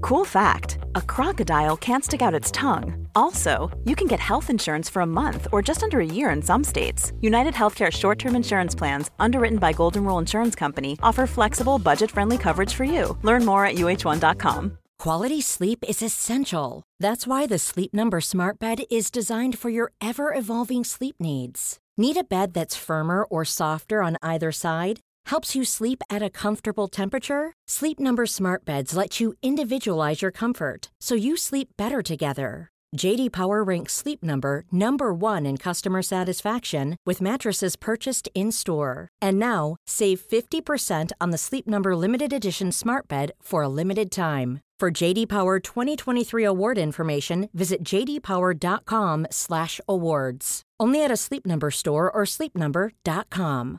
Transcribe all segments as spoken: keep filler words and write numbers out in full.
Cool fact, a crocodile can't stick out its tongue. Also, you can get health insurance for a month or just under a year in some states. United Healthcare short-term insurance plans, underwritten by Golden Rule Insurance Company, offer flexible, budget-friendly coverage for you. Learn more at U H one dot com. Quality sleep is essential. That's why the Sleep Number Smart Bed is designed for your ever-evolving sleep needs. Need a bed that's firmer or softer on either side? Helps you sleep at a comfortable temperature? Sleep Number Smart Beds let you individualize your comfort, so you sleep better together. J D Power ranks Sleep Number number one in customer satisfaction with mattresses purchased in-store. And now, save fifty percent on the Sleep Number Limited Edition Smart Bed for a limited time. For J D Power twenty twenty-three award information, visit j d power dot com slash awards. Only at a Sleep Number store or sleep number dot com.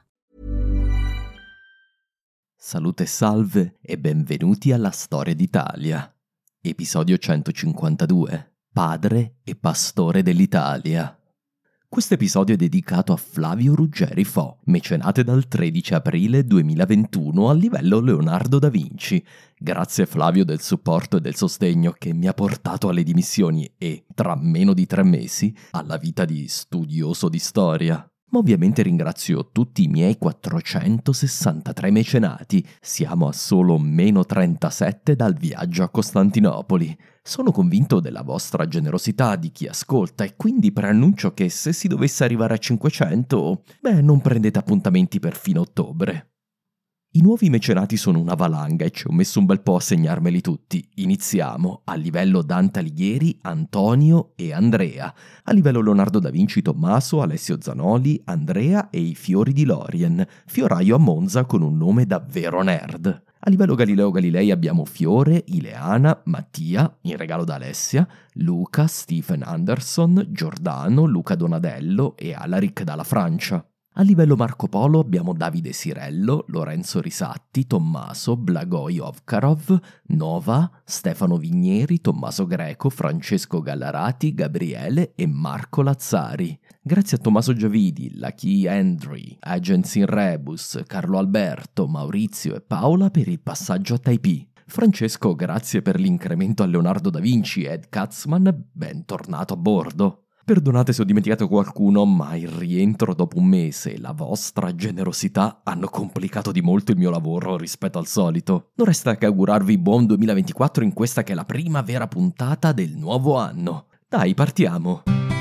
Salute e salve e benvenuti alla Storia d'Italia. Episodio centocinquantadue. Padre e pastore dell'Italia. Questo episodio è dedicato a Flavio Ruggeri Fo, mecenate dal tredici aprile duemilaventuno a livello Leonardo da Vinci. Grazie Flavio del supporto e del sostegno che mi ha portato alle dimissioni e, tra meno di tre mesi, alla vita di studioso di storia. Ma ovviamente ringrazio tutti i miei quattrocentosessantatré mecenati. Siamo a solo meno trentasette dal viaggio a Costantinopoli. Sono convinto della vostra generosità di chi ascolta e quindi preannuncio che se si dovesse arrivare a cinquecento, beh, non prendete appuntamenti per fine ottobre. I nuovi mecenati sono una valanga e ci ho messo un bel po' a segnarmeli tutti. Iniziamo a livello Dante Alighieri, Antonio e Andrea. A livello Leonardo da Vinci, Tommaso, Alessio Zanoli, Andrea e i fiori di Lorien. Fioraio a Monza con un nome davvero nerd. A livello Galileo Galilei abbiamo Fiore, Ileana, Mattia, in regalo da Alessia, Luca, Stephen Anderson, Giordano, Luca Donadello e Alaric dalla Francia. A livello Marco Polo abbiamo Davide Sirello, Lorenzo Risatti, Tommaso, Blagoj Ovkarov, Nova, Stefano Vigneri, Tommaso Greco, Francesco Gallarati, Gabriele e Marco Lazzari. Grazie a Tommaso Giavidi, Lucky Andri, Agents in Rebus, Carlo Alberto, Maurizio e Paola per il passaggio a Taipei. Francesco, grazie per l'incremento a Leonardo da Vinci, Ed Katzman, bentornato a bordo. Perdonate se ho dimenticato qualcuno, ma il rientro dopo un mese e la vostra generosità hanno complicato di molto il mio lavoro rispetto al solito. Non resta che augurarvi buon duemilaventiquattro in questa che è la prima vera puntata del nuovo anno. Dai, partiamo!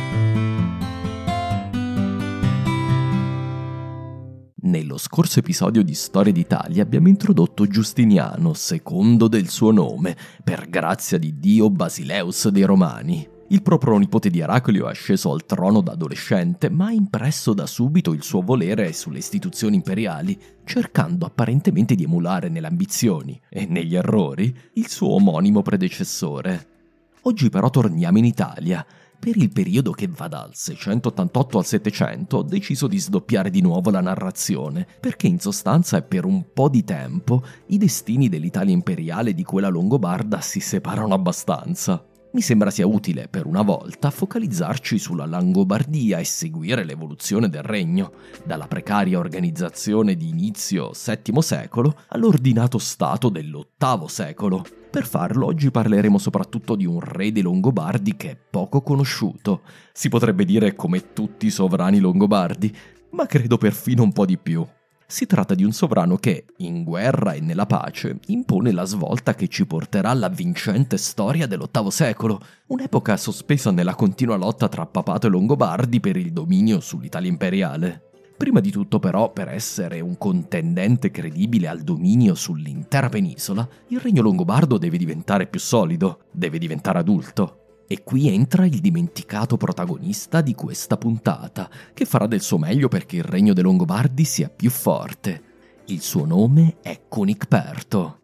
Nello scorso episodio di Storia d'Italia abbiamo introdotto Giustiniano, secondo del suo nome, per grazia di Dio Basileus dei Romani. Il pronipote di Eraclio è asceso al trono da adolescente, ma ha impresso da subito il suo volere sulle istituzioni imperiali, cercando apparentemente di emulare nelle ambizioni e negli errori il suo omonimo predecessore. Oggi però torniamo in Italia. Per il periodo che va dal seicentottantotto al settecento ho deciso di sdoppiare di nuovo la narrazione, perché in sostanza e per un po' di tempo i destini dell'Italia imperiale e di quella longobarda si separano abbastanza. Mi sembra sia utile, per una volta, focalizzarci sulla Langobardia e seguire l'evoluzione del regno, dalla precaria organizzazione di inizio settimo secolo all'ordinato stato dell'ottavo secolo. Per farlo, oggi parleremo soprattutto di un re dei Longobardi che è poco conosciuto. Si potrebbe dire come tutti i sovrani longobardi, ma credo perfino un po' di più. Si tratta di un sovrano che, in guerra e nella pace, impone la svolta che ci porterà alla vincente storia dell'ottavo secolo, un'epoca sospesa nella continua lotta tra papato e longobardi per il dominio sull'Italia imperiale. Prima di tutto però, per essere un contendente credibile al dominio sull'intera penisola, il regno longobardo deve diventare più solido, deve diventare adulto. E qui entra il dimenticato protagonista di questa puntata, che farà del suo meglio perché il regno dei Longobardi sia più forte. Il suo nome è Cunicperto.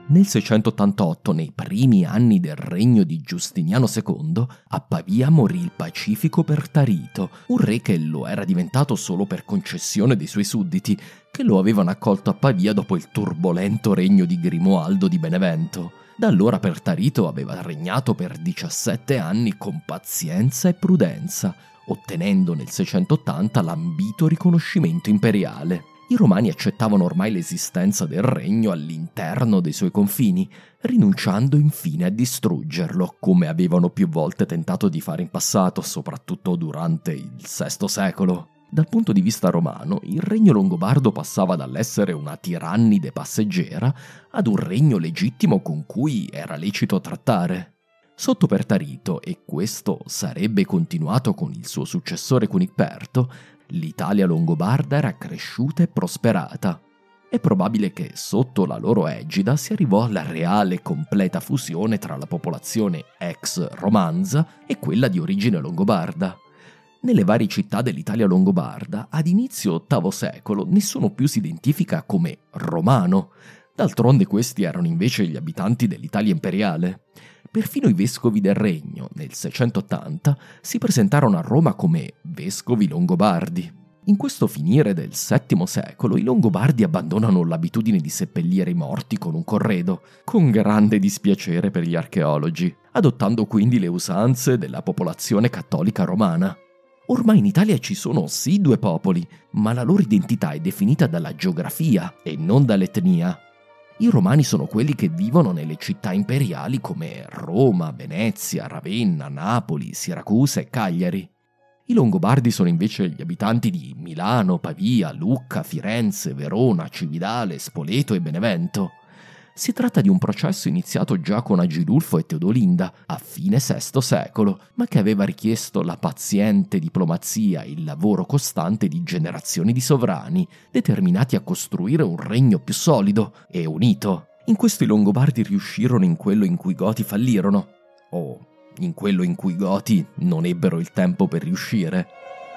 Nel seicentottantotto, nei primi anni del regno di Giustiniano secondo, a Pavia morì il pacifico Pertarito, un re che lo era diventato solo per concessione dei suoi sudditi, che lo avevano accolto a Pavia dopo il turbolento regno di Grimoaldo di Benevento. Da allora Pertarito aveva regnato per diciassette anni con pazienza e prudenza, ottenendo nel seicentottanta l'ambito riconoscimento imperiale. I romani accettavano ormai l'esistenza del regno all'interno dei suoi confini, rinunciando infine a distruggerlo, come avevano più volte tentato di fare in passato, soprattutto durante il sesto secolo. Dal punto di vista romano, il regno longobardo passava dall'essere una tirannide passeggera ad un regno legittimo con cui era lecito trattare. Sotto Pertarito, e questo sarebbe continuato con il suo successore Cunicperto, l'Italia longobarda era cresciuta e prosperata. È probabile che sotto la loro egida si arrivò alla reale e completa fusione tra la popolazione ex romanza e quella di origine longobarda. Nelle varie città dell'Italia longobarda, ad inizio ottavo secolo, nessuno più si identifica come romano. D'altronde questi erano invece gli abitanti dell'Italia imperiale. Perfino i vescovi del regno, nel seicentottanta, si presentarono a Roma come vescovi longobardi. In questo finire del settimo secolo, i longobardi abbandonano l'abitudine di seppellire i morti con un corredo, con grande dispiacere per gli archeologi, adottando quindi le usanze della popolazione cattolica romana. Ormai in Italia ci sono sì due popoli, ma la loro identità è definita dalla geografia e non dall'etnia. I romani sono quelli che vivono nelle città imperiali come Roma, Venezia, Ravenna, Napoli, Siracusa e Cagliari. I longobardi sono invece gli abitanti di Milano, Pavia, Lucca, Firenze, Verona, Cividale, Spoleto e Benevento. Si tratta di un processo iniziato già con Agilulfo e Teodolinda a fine sesto secolo, ma che aveva richiesto la paziente diplomazia e il lavoro costante di generazioni di sovrani, determinati a costruire un regno più solido e unito. In questo i longobardi riuscirono in quello in cui i Goti fallirono, o in quello in cui i Goti non ebbero il tempo per riuscire.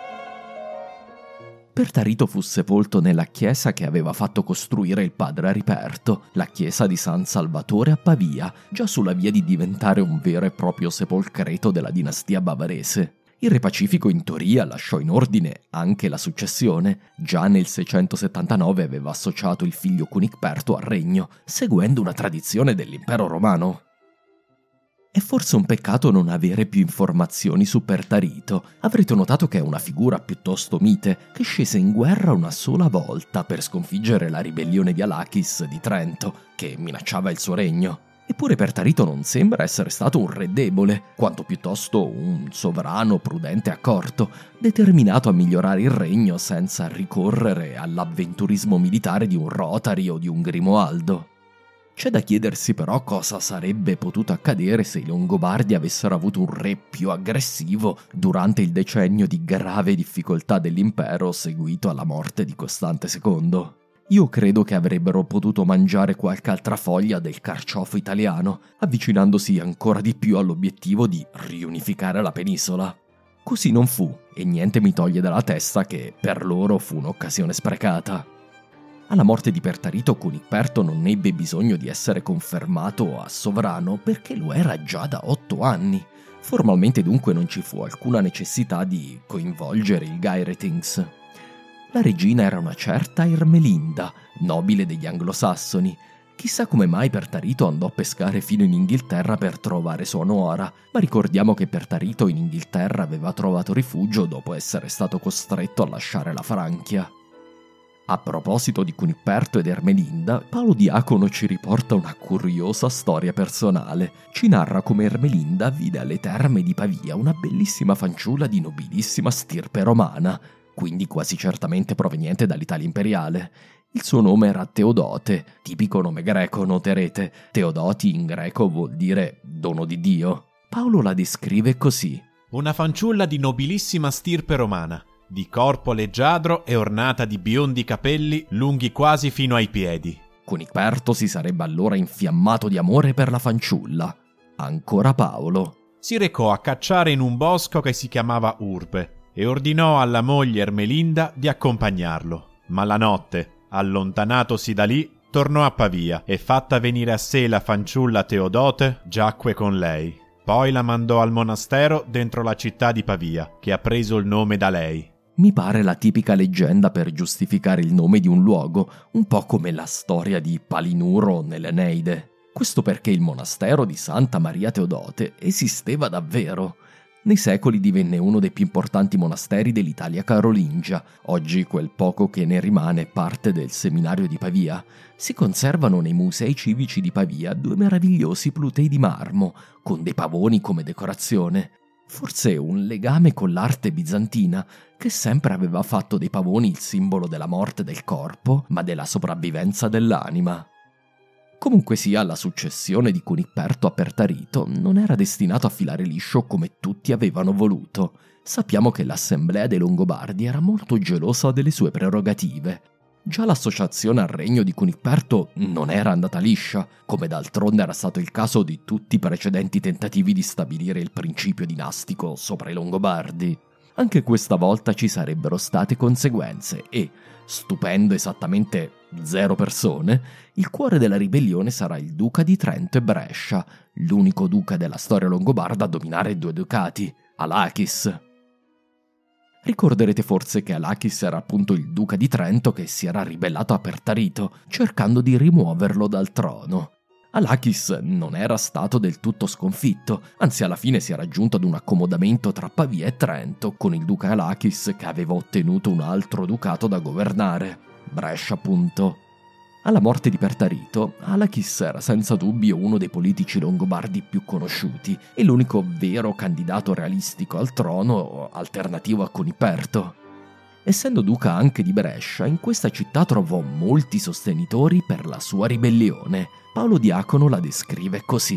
Pertarito fu sepolto nella chiesa che aveva fatto costruire il padre Ariperto, la chiesa di San Salvatore a Pavia, già sulla via di diventare un vero e proprio sepolcreto della dinastia bavarese. Il re Pacifico in teoria lasciò in ordine anche la successione. Già nel seicentosettantanove aveva associato il figlio Cunicperto al regno, seguendo una tradizione dell'impero romano. È forse un peccato non avere più informazioni su Pertarito. Avrete notato che è una figura piuttosto mite, che scese in guerra una sola volta per sconfiggere la ribellione di Alachis di Trento, che minacciava il suo regno. Eppure Pertarito non sembra essere stato un re debole, quanto piuttosto un sovrano prudente e accorto, determinato a migliorare il regno senza ricorrere all'avventurismo militare di un Rotari o di un Grimoaldo. C'è da chiedersi però cosa sarebbe potuto accadere se i Longobardi avessero avuto un re più aggressivo durante il decennio di grave difficoltà dell'impero seguito alla morte di Costante secondo. Io credo che avrebbero potuto mangiare qualche altra foglia del carciofo italiano, avvicinandosi ancora di più all'obiettivo di riunificare la penisola. Così non fu, e niente mi toglie dalla testa che per loro fu un'occasione sprecata. Alla morte di Pertarito, Cunicperto non ebbe bisogno di essere confermato a sovrano perché lo era già da otto anni. Formalmente dunque non ci fu alcuna necessità di coinvolgere il Gairetings. La regina era una certa Ermelinda, nobile degli anglosassoni. Chissà come mai Pertarito andò a pescare fino in Inghilterra per trovare sua nuora, ma ricordiamo che Pertarito in Inghilterra aveva trovato rifugio dopo essere stato costretto a lasciare la Francia. A proposito di Cunicperto ed Ermelinda, Paolo Diacono ci riporta una curiosa storia personale. Ci narra come Ermelinda vide alle terme di Pavia una bellissima fanciulla di nobilissima stirpe romana, quindi quasi certamente proveniente dall'Italia imperiale. Il suo nome era Teodote, tipico nome greco, noterete. Teodoti in greco vuol dire dono di Dio. Paolo la descrive così. Una fanciulla di nobilissima stirpe romana, di corpo leggiadro e ornata di biondi capelli lunghi quasi fino ai piedi. Cunicperto si sarebbe allora infiammato di amore per la fanciulla. Ancora Paolo. Si recò a cacciare in un bosco che si chiamava Urbe e ordinò alla moglie Ermelinda di accompagnarlo. Ma la notte, allontanatosi da lì, tornò a Pavia e, fatta venire a sé la fanciulla Teodote, giacque con lei. Poi la mandò al monastero dentro la città di Pavia, che ha preso il nome da lei. Mi pare la tipica leggenda per giustificare il nome di un luogo, un po' come la storia di Palinuro nell'Eneide. Questo perché il monastero di Santa Maria Teodote esisteva davvero. Nei secoli divenne uno dei più importanti monasteri dell'Italia carolingia. Oggi quel poco che ne rimane parte del seminario di Pavia. Si conservano nei musei civici di Pavia due meravigliosi plutei di marmo, con dei pavoni come decorazione. Forse un legame con l'arte bizantina, che sempre aveva fatto dei pavoni il simbolo della morte del corpo, ma della sopravvivenza dell'anima. Comunque sia, la successione di Cuniperto a Pertarito non era destinato a filare liscio come tutti avevano voluto. Sappiamo che l'Assemblea dei Longobardi era molto gelosa delle sue prerogative. Già l'associazione al regno di Cuniperto non era andata liscia, come d'altronde era stato il caso di tutti i precedenti tentativi di stabilire il principio dinastico sopra i Longobardi. Anche questa volta ci sarebbero state conseguenze e, stupendo esattamente zero persone, il cuore della ribellione sarà il duca di Trento e Brescia, l'unico duca della storia longobarda a dominare due ducati, Alachis. Ricorderete forse che Alachis era appunto il duca di Trento che si era ribellato a Pertarito, cercando di rimuoverlo dal trono. Alachis non era stato del tutto sconfitto, anzi alla fine si era giunto ad un accomodamento tra Pavia e Trento con il duca Alachis che aveva ottenuto un altro ducato da governare, Brescia appunto. Alla morte di Pertarito, Alachis era senza dubbio uno dei politici longobardi più conosciuti e l'unico vero candidato realistico al trono alternativo a Cuniperto. Essendo duca anche di Brescia, in questa città trovò molti sostenitori per la sua ribellione. Paolo Diacono la descrive così.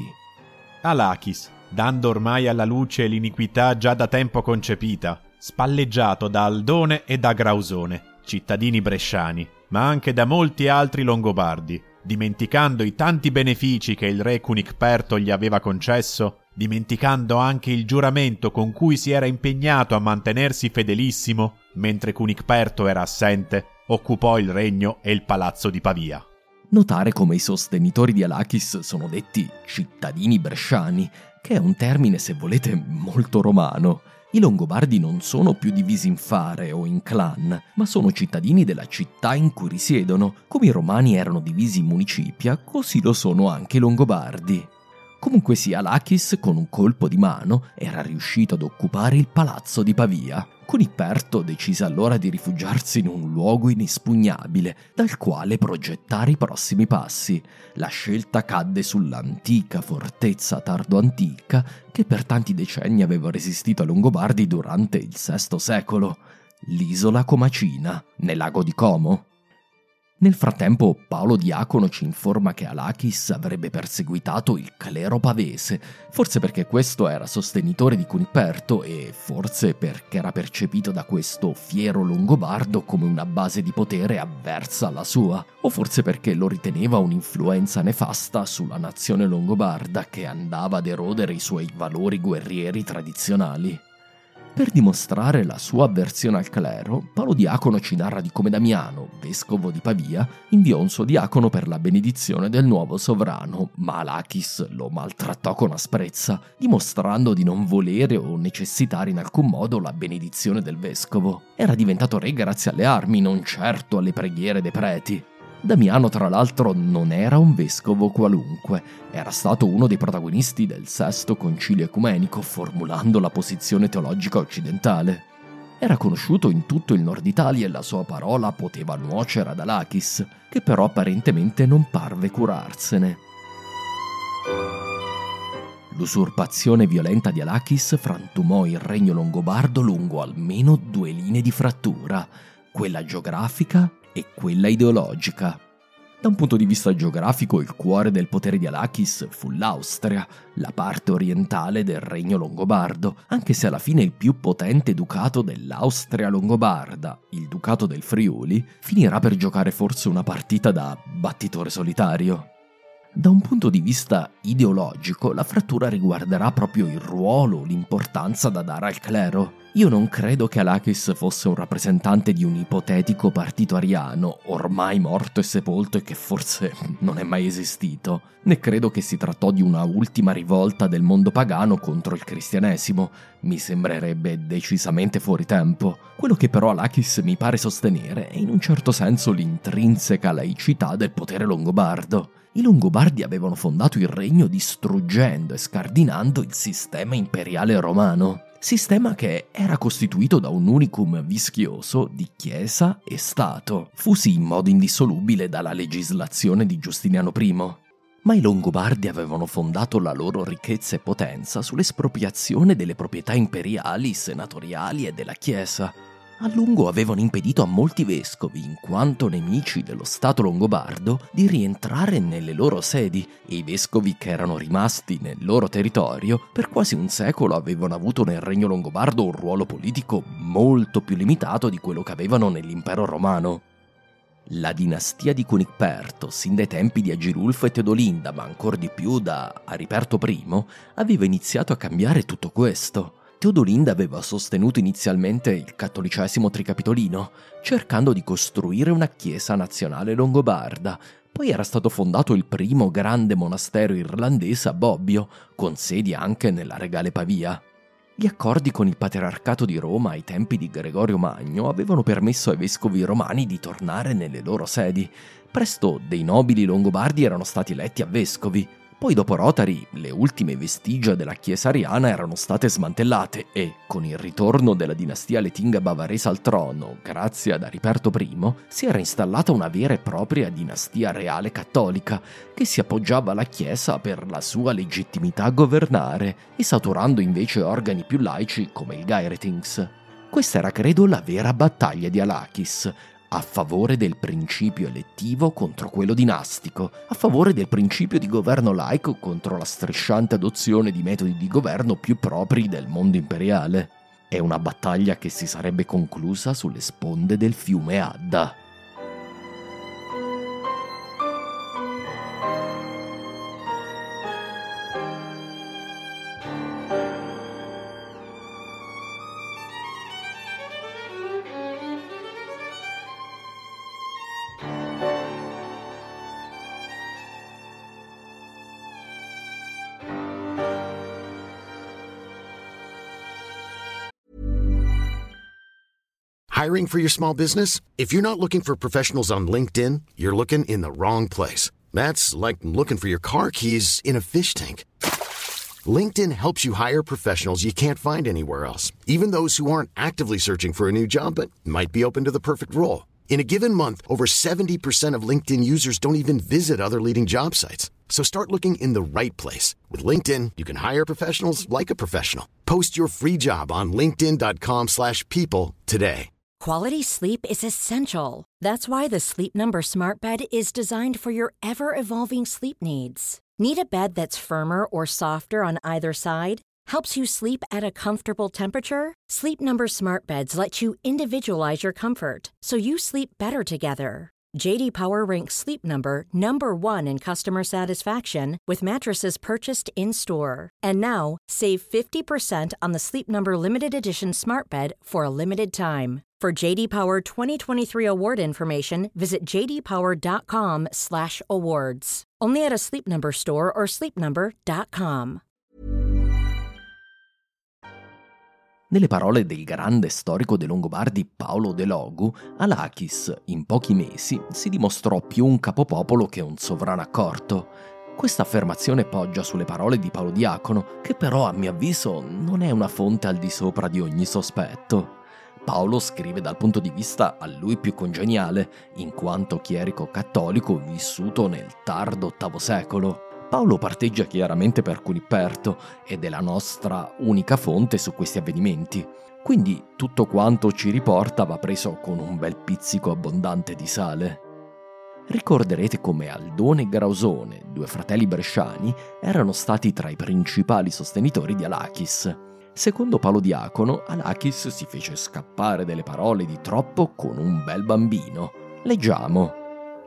Alachis, dando ormai alla luce l'iniquità già da tempo concepita, spalleggiato da Aldone e da Grausone, cittadini bresciani, ma anche da molti altri longobardi, dimenticando i tanti benefici che il re Cunicperto gli aveva concesso, dimenticando anche il giuramento con cui si era impegnato a mantenersi fedelissimo, mentre Cunicperto era assente, occupò il regno e il palazzo di Pavia. Notare come i sostenitori di Alachis sono detti cittadini bresciani, che è un termine, se volete, molto romano. I Longobardi non sono più divisi in fare o in clan, ma sono cittadini della città in cui risiedono. Come i Romani erano divisi in municipia, così lo sono anche i Longobardi. Comunque sia, Alachis, con un colpo di mano, era riuscito ad occupare il palazzo di Pavia. Cuniperto decise allora di rifugiarsi in un luogo inespugnabile, dal quale progettare i prossimi passi. La scelta cadde sull'antica fortezza tardo-antica che per tanti decenni aveva resistito ai Longobardi durante il sesto secolo, l'isola Comacina, nel lago di Como. Nel frattempo Paolo Diacono ci informa che Alachis avrebbe perseguitato il clero pavese, forse perché questo era sostenitore di Cuniperto e forse perché era percepito da questo fiero longobardo come una base di potere avversa alla sua, o forse perché lo riteneva un'influenza nefasta sulla nazione longobarda che andava ad erodere i suoi valori guerrieri tradizionali. Per dimostrare la sua avversione al clero, Paolo Diacono ci narra di come Damiano, vescovo di Pavia, inviò un suo diacono per la benedizione del nuovo sovrano, ma Alachis lo maltrattò con asprezza, dimostrando di non volere o necessitare in alcun modo la benedizione del vescovo. Era diventato re grazie alle armi, non certo alle preghiere dei preti. Damiano, tra l'altro, non era un vescovo qualunque, era stato uno dei protagonisti del sesto concilio ecumenico, formulando la posizione teologica occidentale. Era conosciuto in tutto il nord Italia e la sua parola poteva nuocere ad Alachis, che però apparentemente non parve curarsene. L'usurpazione violenta di Alachis frantumò il regno longobardo lungo almeno due linee di frattura, quella geografica e quella ideologica. Da un punto di vista geografico, il cuore del potere di Alachis fu l'Austria, la parte orientale del regno longobardo, anche se alla fine il più potente ducato dell'Austria longobarda, il ducato del Friuli, finirà per giocare forse una partita da battitore solitario. Da un punto di vista ideologico, la frattura riguarderà proprio il ruolo, l'importanza da dare al clero. Io non credo che Alakis fosse un rappresentante di un ipotetico partito ariano, ormai morto e sepolto e che forse non è mai esistito, né credo che si trattò di una ultima rivolta del mondo pagano contro il cristianesimo. Mi sembrerebbe decisamente fuori tempo. Quello che però Alakis mi pare sostenere è in un certo senso l'intrinseca laicità del potere longobardo. I Longobardi avevano fondato il regno distruggendo e scardinando il sistema imperiale romano, sistema che era costituito da un unicum vischioso di Chiesa e Stato, fusi in modo indissolubile dalla legislazione di Giustiniano primo. Ma i Longobardi avevano fondato la loro ricchezza e potenza sull'espropriazione delle proprietà imperiali, senatoriali e della Chiesa. A lungo avevano impedito a molti vescovi, in quanto nemici dello Stato longobardo, di rientrare nelle loro sedi, e i vescovi che erano rimasti nel loro territorio per quasi un secolo avevano avuto nel regno longobardo un ruolo politico molto più limitato di quello che avevano nell'impero romano. La dinastia di Cunicperto, sin dai tempi di Agirulfo e Teodolinda, ma ancor di più da Ariperto primo, aveva iniziato a cambiare tutto questo. Teodolinda aveva sostenuto inizialmente il cattolicesimo tricapitolino, cercando di costruire una chiesa nazionale longobarda. Poi era stato fondato il primo grande monastero irlandese a Bobbio, con sedi anche nella regale Pavia. Gli accordi con il patriarcato di Roma ai tempi di Gregorio Magno avevano permesso ai vescovi romani di tornare nelle loro sedi. Presto dei nobili longobardi erano stati eletti a vescovi. Poi dopo Rotari le ultime vestigia della chiesa ariana erano state smantellate e, con il ritorno della dinastia letinga bavarese al trono, grazie ad Ariperto primo, si era installata una vera e propria dinastia reale cattolica che si appoggiava alla chiesa per la sua legittimità a governare, esaturando invece organi più laici come il Gairetings. Questa era credo la vera battaglia di Alakis, a favore del principio elettivo contro quello dinastico, a favore del principio di governo laico contro la strisciante adozione di metodi di governo più propri del mondo imperiale. È una battaglia che si sarebbe conclusa sulle sponde del fiume Adda. Hiring for your small business? If you're not looking for professionals on LinkedIn, you're looking in the wrong place. That's like looking for your car keys in a fish tank. LinkedIn helps you hire professionals you can't find anywhere else, even those who aren't actively searching for a new job but might be open to the perfect role. In a given month, over seventy percent of LinkedIn users don't even visit other leading job sites. So start looking in the right place. With LinkedIn, you can hire professionals like a professional. Post your free job on linkedin dot com slash people today. Quality sleep is essential. That's why the Sleep Number Smart Bed is designed for your ever-evolving sleep needs. Need a bed that's firmer or softer on either side? Helps you sleep at a comfortable temperature? Sleep Number Smart Beds let you individualize your comfort, so you sleep better together. J D Power ranks Sleep Number number one in customer satisfaction with mattresses purchased in-store. And now, save fifty percent on the Sleep Number Limited Edition Smart Bed for a limited time. For J D Power twenty twenty-three award information, visit j d power dot com slash awards. Only at a Sleep Number store or sleep number dot com. Nelle parole del grande storico dei Longobardi Paolo De Logu, Alakis, in pochi mesi, si dimostrò più un capopopolo che un sovrano accorto. Questa affermazione poggia sulle parole di Paolo Diacono, che però a mio avviso non è una fonte al di sopra di ogni sospetto. Paolo scrive dal punto di vista a lui più congeniale, in quanto chierico cattolico vissuto nel tardo ottavo secolo. Paolo parteggia chiaramente per Cunicperto ed è la nostra unica fonte su questi avvenimenti, quindi tutto quanto ci riporta va preso con un bel pizzico abbondante di sale. Ricorderete come Aldone e Grausone, due fratelli bresciani, erano stati tra i principali sostenitori di Alakis. Secondo Paolo Diacono, Alakis si fece scappare delle parole di troppo con un bel bambino. Leggiamo.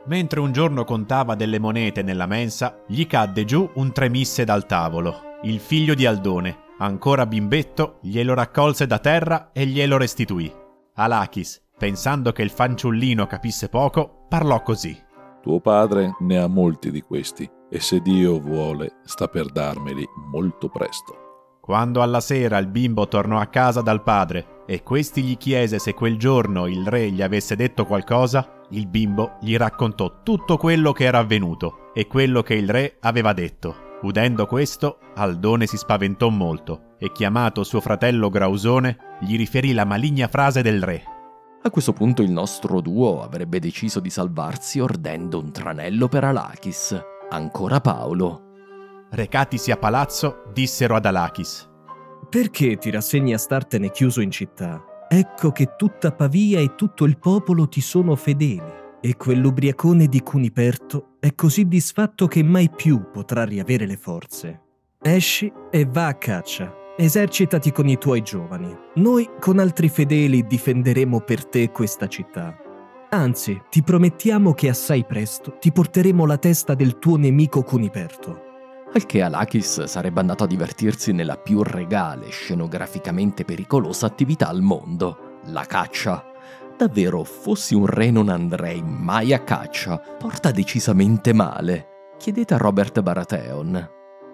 Mentre un giorno contava delle monete nella mensa, gli cadde giù un tremisse dal tavolo. Il figlio di Aldone, ancora bimbetto, glielo raccolse da terra e glielo restituì. Alachis, pensando che il fanciullino capisse poco, parlò così. Tuo padre ne ha molti di questi, e se Dio vuole, sta per darmeli molto presto. Quando alla sera il bimbo tornò a casa dal padre e questi gli chiese se quel giorno il re gli avesse detto qualcosa, il bimbo gli raccontò tutto quello che era avvenuto e quello che il re aveva detto. Udendo questo, Aldone si spaventò molto e, chiamato suo fratello Grausone, gli riferì la maligna frase del re. A questo punto il nostro duo avrebbe deciso di salvarsi ordendo un tranello per Alachis. Ancora Paolo. Recatisi a palazzo, dissero ad Alachis. Perché ti rassegni a startene chiuso in città? Ecco che tutta Pavia e tutto il popolo ti sono fedeli, e quell'ubriacone di Cuniperto è così disfatto che mai più potrà riavere le forze. Esci e va a caccia, esercitati con i tuoi giovani. Noi con altri fedeli difenderemo per te questa città. Anzi, ti promettiamo che assai presto ti porteremo la testa del tuo nemico Cuniperto. Al che Alachis sarebbe andato a divertirsi nella più regale, scenograficamente pericolosa attività al mondo, la caccia. Davvero, fossi un re non andrei mai a caccia, porta decisamente male. Chiedete a Robert Baratheon.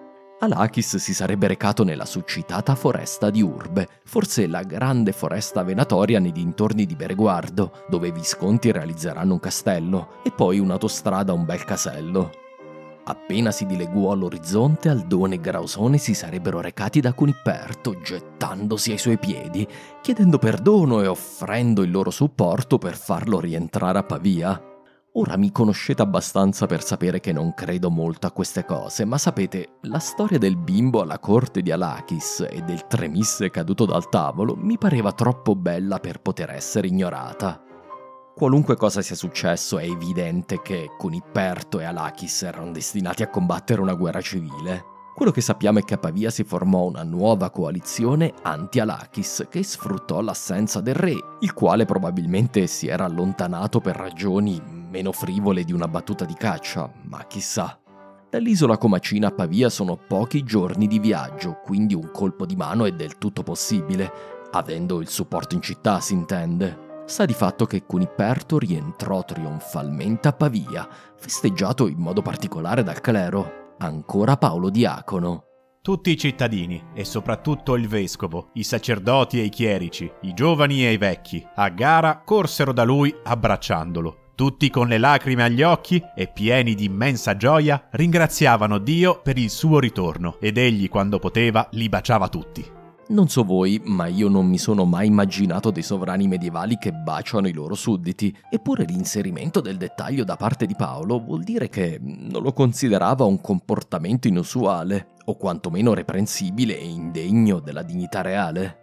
Alachis si sarebbe recato nella succitata foresta di Urbe, forse la grande foresta venatoria nei dintorni di Bereguardo, dove i Visconti realizzeranno un castello e poi un'autostrada a un bel casello. Appena si dileguò all'orizzonte, Aldone e Grausone si sarebbero recati da Cuniperto, gettandosi ai suoi piedi, chiedendo perdono e offrendo il loro supporto per farlo rientrare a Pavia. Ora mi conoscete abbastanza per sapere che non credo molto a queste cose, ma sapete, la storia del bimbo alla corte di Alachis e del tremisse caduto dal tavolo mi pareva troppo bella per poter essere ignorata. Qualunque cosa sia successo, è evidente che Cuniperto e Alachis erano destinati a combattere una guerra civile. Quello che sappiamo è che a Pavia si formò una nuova coalizione anti-Alachis che sfruttò l'assenza del re, il quale probabilmente si era allontanato per ragioni meno frivole di una battuta di caccia, ma chissà. Dall'isola Comacina a Pavia sono pochi giorni di viaggio, quindi un colpo di mano è del tutto possibile, avendo il supporto in città, si intende. Sta di fatto che Cuniperto rientrò trionfalmente a Pavia, festeggiato in modo particolare dal clero, ancora Paolo Diacono. Tutti i cittadini, e soprattutto il vescovo, i sacerdoti e i chierici, i giovani e i vecchi, a gara corsero da lui abbracciandolo. Tutti con le lacrime agli occhi e pieni di immensa gioia ringraziavano Dio per il suo ritorno, ed egli, quando poteva, li baciava tutti. Non so voi, ma io non mi sono mai immaginato dei sovrani medievali che baciano i loro sudditi, eppure l'inserimento del dettaglio da parte di Paolo vuol dire che non lo considerava un comportamento inusuale, o quantomeno reprensibile e indegno della dignità reale.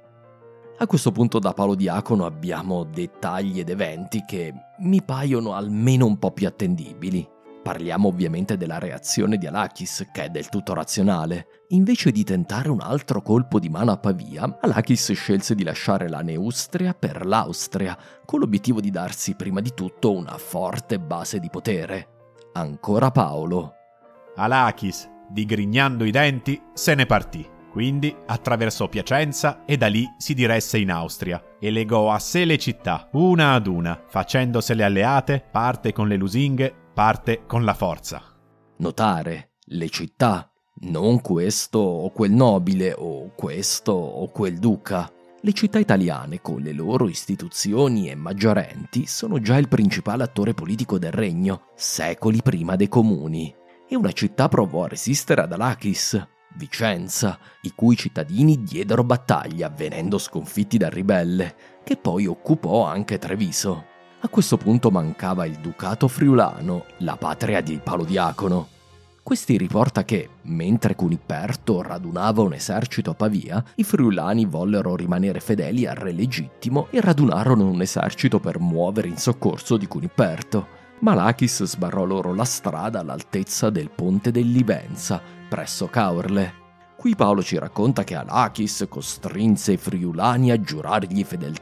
A questo punto da Paolo Diacono abbiamo dettagli ed eventi che mi paiono almeno un po' più attendibili. Parliamo ovviamente della reazione di Alachis, che è del tutto razionale. Invece di tentare un altro colpo di mano a Pavia, Alachis scelse di lasciare la Neustria per l'Austria, con l'obiettivo di darsi prima di tutto una forte base di potere. Ancora Paolo. Alachis, digrignando i denti, se ne partì. Quindi attraversò Piacenza e da lì si diresse in Austria e legò a sé le città, una ad una, facendosele alleate, parte con le lusinghe, parte con la forza. Notare, le città, non questo o quel nobile o questo o quel duca. Le città italiane, con le loro istituzioni e maggiorenti, sono già il principale attore politico del regno, secoli prima dei comuni. E una città provò a resistere ad Alachis, Vicenza, i cui cittadini diedero battaglia, venendo sconfitti dal ribelle, che poi occupò anche Treviso. A questo punto mancava il Ducato Friulano, la patria di Paolo Diacono. Questi riporta che, mentre Cuniperto radunava un esercito a Pavia, i friulani vollero rimanere fedeli al re legittimo e radunarono un esercito per muovere in soccorso di Cuniperto. Ma Alachis sbarrò loro la strada all'altezza del ponte del Livenza, presso Caorle. Qui Paolo ci racconta che Alachis costrinse i friulani a giurargli fedeltà,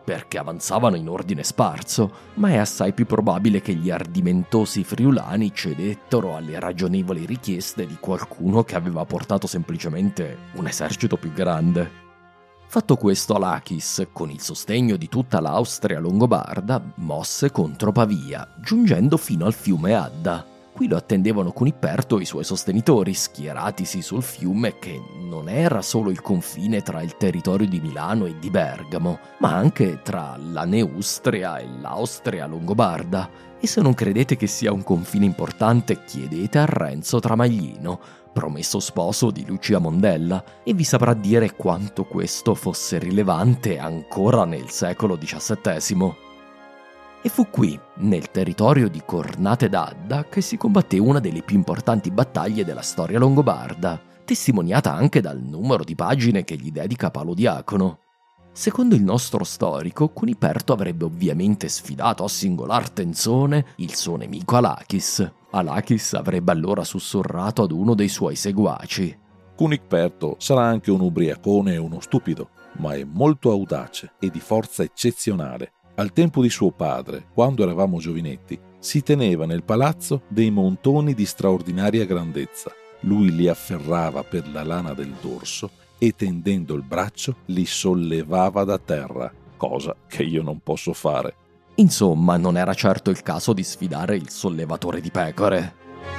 perché avanzavano in ordine sparso, ma è assai più probabile che gli ardimentosi friulani cedettero alle ragionevoli richieste di qualcuno che aveva portato semplicemente un esercito più grande. Fatto questo, Alachis, con il sostegno di tutta l'Austria longobarda, mosse contro Pavia, giungendo fino al fiume Adda. Qui lo attendevano Cuniperto e i suoi sostenitori, schieratisi sul fiume che non era solo il confine tra il territorio di Milano e di Bergamo, ma anche tra la Neustria e l'Austria longobarda. E se non credete che sia un confine importante, chiedete a Renzo Tramaglino, promesso sposo di Lucia Mondella, e vi saprà dire quanto questo fosse rilevante ancora nel secolo diciassettesimo. E fu qui, nel territorio di Cornate d'Adda, che si combatté una delle più importanti battaglie della storia longobarda, testimoniata anche dal numero di pagine che gli dedica Paolo Diacono. Secondo il nostro storico, Cuniperto avrebbe ovviamente sfidato a singolar tenzone il suo nemico Alachis. Alachis avrebbe allora sussurrato ad uno dei suoi seguaci: Cuniperto sarà anche un ubriacone e uno stupido, ma è molto audace e di forza eccezionale. Al tempo di suo padre, quando eravamo giovinetti, si teneva nel palazzo dei montoni di straordinaria grandezza. Lui li afferrava per la lana del dorso e tendendo il braccio li sollevava da terra, cosa che io non posso fare. Insomma, non era certo il caso di sfidare il sollevatore di pecore.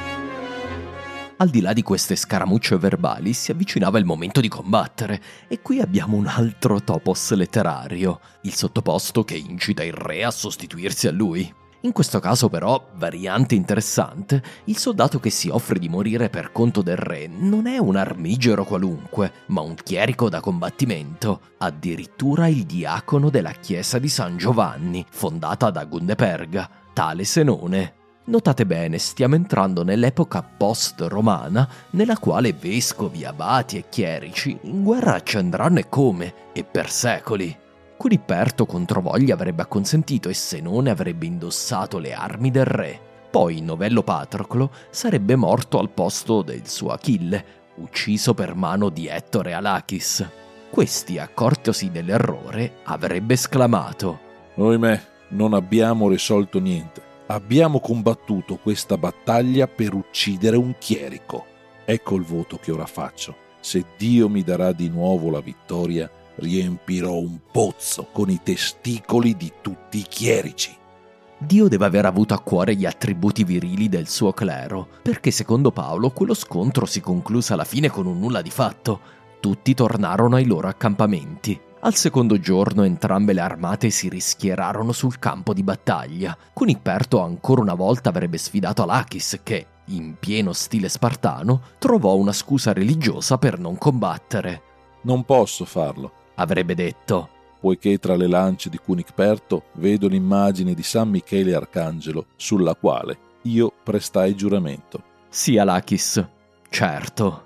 Al di là di queste scaramucce verbali si avvicinava il momento di combattere, e qui abbiamo un altro topos letterario, il sottoposto che incita il re a sostituirsi a lui. In questo caso però, variante interessante, il soldato che si offre di morire per conto del re non è un armigero qualunque, ma un chierico da combattimento, addirittura il diacono della chiesa di San Giovanni, fondata da Gundeperga, tale Senone. Notate bene, stiamo entrando nell'epoca post-romana, nella quale vescovi, abati e chierici in guerra ci andranno e come, e per secoli. Cuniperto controvoglia avrebbe acconsentito e Senone avrebbe indossato le armi del re. Poi Novello Patroclo sarebbe morto al posto del suo Achille, ucciso per mano di Ettore Alachis. Questi, accortosi dell'errore, avrebbe esclamato: Ohimè, non abbiamo risolto niente. Abbiamo combattuto questa battaglia per uccidere un chierico. Ecco il voto che ora faccio. Se Dio mi darà di nuovo la vittoria, riempirò un pozzo con i testicoli di tutti i chierici. Dio deve aver avuto a cuore gli attributi virili del suo clero, perché secondo Paolo quello scontro si concluse alla fine con un nulla di fatto. Tutti tornarono ai loro accampamenti. Al secondo giorno entrambe le armate si rischierarono sul campo di battaglia. Cuniperto ancora una volta avrebbe sfidato Alachis che, in pieno stile spartano, trovò una scusa religiosa per non combattere. Non posso farlo, avrebbe detto, poiché tra le lance di Cuniperto vedo l'immagine di San Michele Arcangelo sulla quale io prestai giuramento. Sì, Alachis, certo.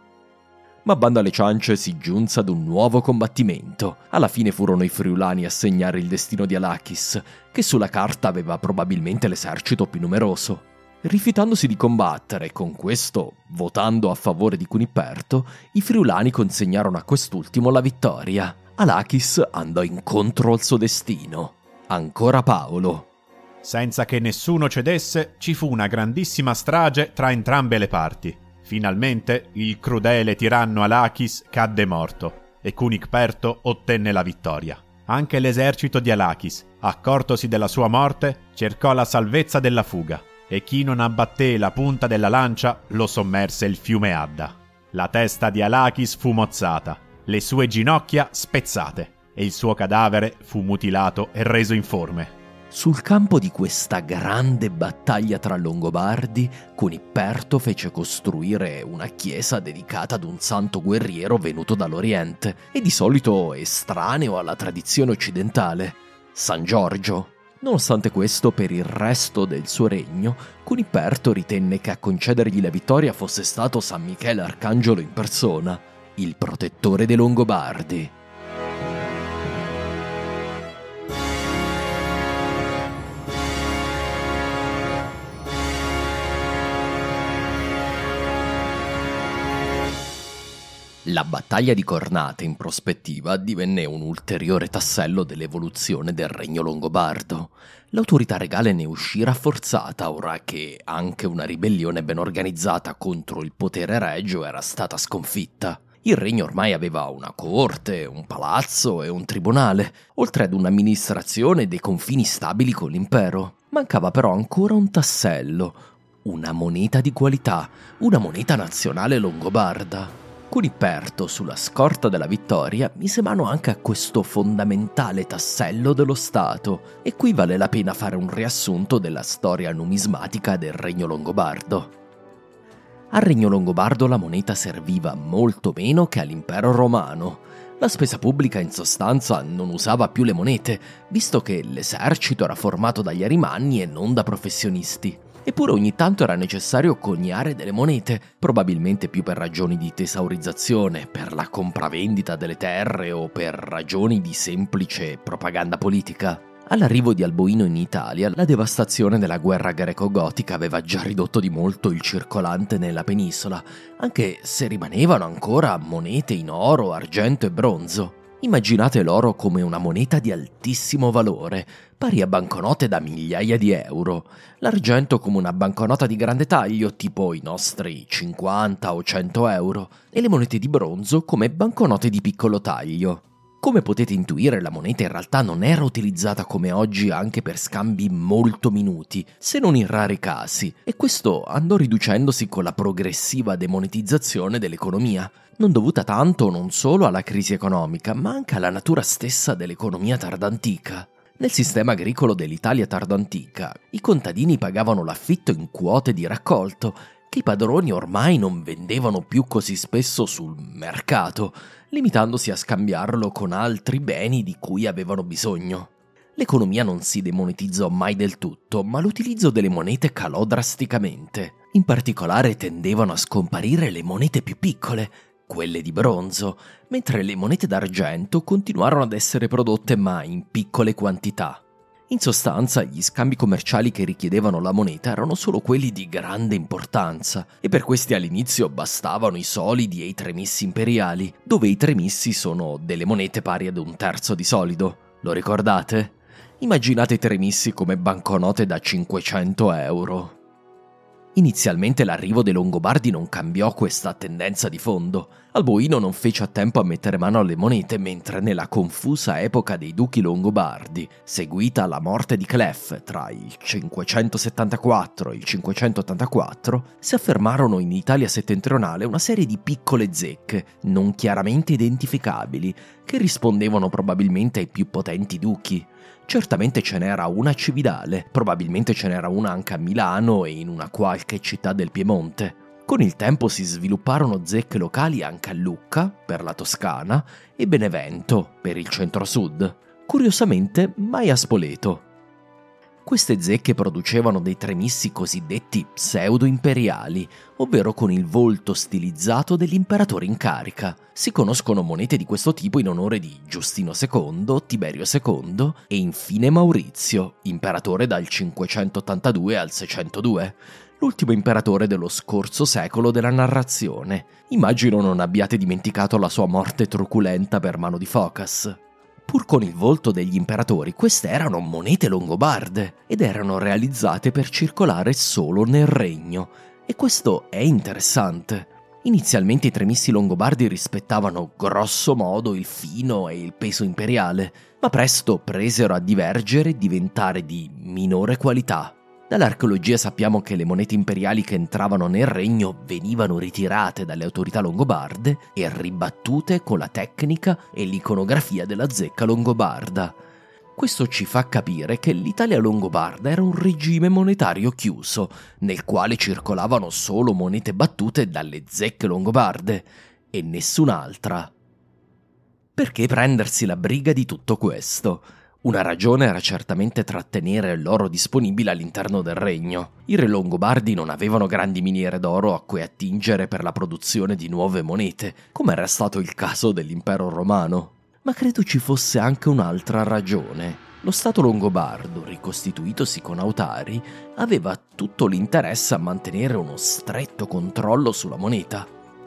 Ma bando alle ciance si giunse ad un nuovo combattimento. Alla fine furono i friulani a segnare il destino di Alachis, che sulla carta aveva probabilmente l'esercito più numeroso. Rifiutandosi di combattere e con questo votando a favore di Cuniperto, i friulani consegnarono a quest'ultimo la vittoria. Alachis andò incontro al suo destino. Ancora Paolo. Senza che nessuno cedesse, ci fu una grandissima strage tra entrambe le parti. Finalmente il crudele tiranno Alachis cadde morto e Cuniperto ottenne la vittoria. Anche l'esercito di Alachis, accortosi della sua morte, cercò la salvezza della fuga e chi non abbatté la punta della lancia lo sommerse il fiume Adda. La testa di Alachis fu mozzata, le sue ginocchia spezzate e il suo cadavere fu mutilato e reso informe. Sul campo di questa grande battaglia tra Longobardi, Cuniperto fece costruire una chiesa dedicata ad un santo guerriero venuto dall'Oriente e di solito estraneo alla tradizione occidentale, San Giorgio. Nonostante questo, per il resto del suo regno, Cuniperto ritenne che a concedergli la vittoria fosse stato San Michele Arcangelo in persona, il protettore dei Longobardi. La battaglia di Cornate, in prospettiva, divenne un ulteriore tassello dell'evoluzione del regno longobardo. L'autorità regale ne uscì rafforzata ora che anche una ribellione ben organizzata contro il potere regio era stata sconfitta. Il regno ormai aveva una corte, un palazzo e un tribunale, oltre ad un'amministrazione e dei confini stabili con l'impero. Mancava però ancora un tassello, una moneta di qualità, una moneta nazionale longobarda. Cuniperto, sulla scorta della vittoria, mise mano anche a questo fondamentale tassello dello Stato, e qui vale la pena fare un riassunto della storia numismatica del regno longobardo. Al regno longobardo la moneta serviva molto meno che all'impero romano. La spesa pubblica in sostanza non usava più le monete, visto che l'esercito era formato dagli arimanni e non da professionisti. Eppure ogni tanto era necessario coniare delle monete, probabilmente più per ragioni di tesaurizzazione, per la compravendita delle terre o per ragioni di semplice propaganda politica. All'arrivo di Alboino in Italia, la devastazione della guerra greco-gotica aveva già ridotto di molto il circolante nella penisola, anche se rimanevano ancora monete in oro, argento e bronzo. Immaginate l'oro come una moneta di altissimo valore, pari a banconote da migliaia di euro, l'argento come una banconota di grande taglio, tipo i nostri cinquanta o cento euro, e le monete di bronzo come banconote di piccolo taglio. Come potete intuire, la moneta in realtà non era utilizzata come oggi anche per scambi molto minuti, se non in rari casi, e questo andò riducendosi con la progressiva demonetizzazione dell'economia, non dovuta tanto non solo alla crisi economica, ma anche alla natura stessa dell'economia tardantica. Nel sistema agricolo dell'Italia tardoantica, i contadini pagavano l'affitto in quote di raccolto, che i padroni ormai non vendevano più così spesso sul mercato, limitandosi a scambiarlo con altri beni di cui avevano bisogno. L'economia non si demonetizzò mai del tutto, ma l'utilizzo delle monete calò drasticamente. In particolare tendevano a scomparire le monete più piccole, quelle di bronzo, mentre le monete d'argento continuarono ad essere prodotte ma in piccole quantità. In sostanza, gli scambi commerciali che richiedevano la moneta erano solo quelli di grande importanza, e per questi all'inizio bastavano i solidi e i tremissi imperiali, dove i tremissi sono delle monete pari ad un terzo di solido. Lo ricordate? Immaginate i tremissi come banconote da cinquecento euro. Inizialmente l'arrivo dei Longobardi non cambiò questa tendenza di fondo. Alboino non fece a tempo a mettere mano alle monete, mentre nella confusa epoca dei duchi Longobardi, seguita la morte di Clef tra il cinquecentosettantaquattro e il cinquecentottantaquattro, si affermarono in Italia settentrionale una serie di piccole zecche, non chiaramente identificabili, che rispondevano probabilmente ai più potenti duchi. Certamente ce n'era una a Cividale, probabilmente ce n'era una anche a Milano e in una qualche città del Piemonte. Con il tempo si svilupparono zecche locali anche a Lucca, per la Toscana, e Benevento, per il centro-sud. Curiosamente, mai a Spoleto. Queste zecche producevano dei tremissi cosiddetti pseudo-imperiali, ovvero con il volto stilizzato dell'imperatore in carica. Si conoscono monete di questo tipo in onore di Giustino secondo, Tiberio secondo e infine Maurizio, imperatore dal cinquecentottantadue al seicentodue, l'ultimo imperatore dello scorso secolo della narrazione. Immagino non abbiate dimenticato la sua morte truculenta per mano di Focas. Pur con il volto degli imperatori, queste erano monete longobarde ed erano realizzate per circolare solo nel regno. E questo è interessante. Inizialmente i tremissi longobardi rispettavano grosso modo il fino e il peso imperiale, ma presto presero a divergere e diventare di minore qualità. Dall'archeologia sappiamo che le monete imperiali che entravano nel regno venivano ritirate dalle autorità longobarde e ribattute con la tecnica e l'iconografia della zecca longobarda. Questo ci fa capire che l'Italia longobarda era un regime monetario chiuso, nel quale circolavano solo monete battute dalle zecche longobarde e nessun'altra. Perché prendersi la briga di tutto questo? Una ragione era certamente trattenere l'oro disponibile all'interno del regno. I re longobardi non avevano grandi miniere d'oro a cui attingere per la produzione di nuove monete, come era stato il caso dell'impero romano. Ma credo ci fosse anche un'altra ragione. Lo Stato longobardo, ricostituitosi con Autari, aveva tutto l'interesse a mantenere uno stretto controllo sulla moneta.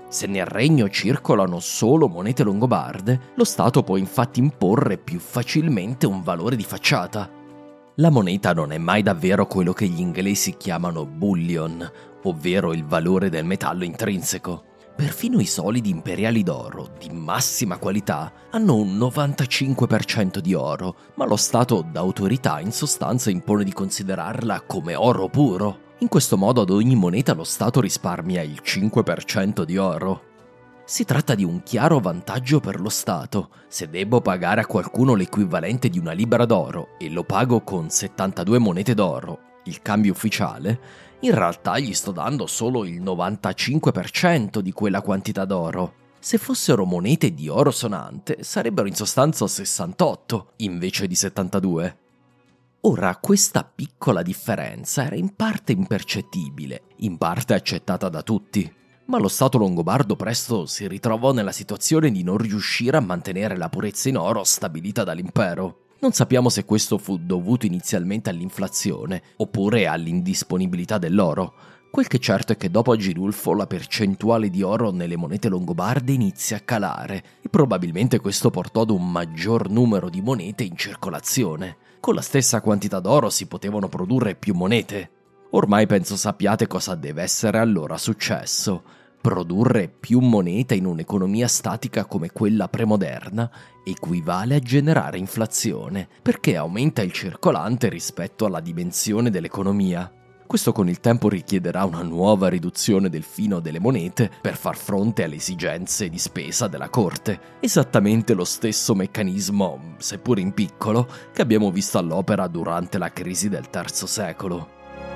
Se nel regno circolano solo monete longobarde, lo Stato può infatti imporre più facilmente un valore di facciata. La moneta non è mai davvero quello che gli inglesi chiamano bullion, ovvero il valore del metallo intrinseco. Perfino i solidi imperiali d'oro, di massima qualità, hanno un novantacinque per cento di oro, ma lo Stato d'autorità in sostanza impone di considerarla come oro puro. In questo modo ad ogni moneta lo Stato risparmia il cinque per cento di oro. Si tratta di un chiaro vantaggio per lo Stato. Se devo pagare a qualcuno l'equivalente di una libra d'oro e lo pago con settantadue monete d'oro, il cambio ufficiale, in realtà gli sto dando solo il novantacinque per cento di quella quantità d'oro. Se fossero monete di oro sonante, sarebbero in sostanza sessantotto invece di settantadue. Ora, questa piccola differenza era in parte impercettibile, in parte accettata da tutti, ma lo Stato longobardo presto si ritrovò nella situazione di non riuscire a mantenere la purezza in oro stabilita dall'impero. Non sappiamo se questo fu dovuto inizialmente all'inflazione oppure all'indisponibilità dell'oro. Quel che è certo è che dopo Agilulfo la percentuale di oro nelle monete longobarde inizia a calare e probabilmente questo portò ad un maggior numero di monete in circolazione. Con la stessa quantità d'oro si potevano produrre più monete. Ormai penso sappiate cosa deve essere allora successo. Produrre più moneta in un'economia statica come quella premoderna equivale a generare inflazione, perché aumenta il circolante rispetto alla dimensione dell'economia. Questo con il tempo richiederà una nuova riduzione del fino delle monete per far fronte alle esigenze di spesa della corte. Esattamente lo stesso meccanismo, seppur in piccolo, che abbiamo visto all'opera durante la crisi del terzo secolo.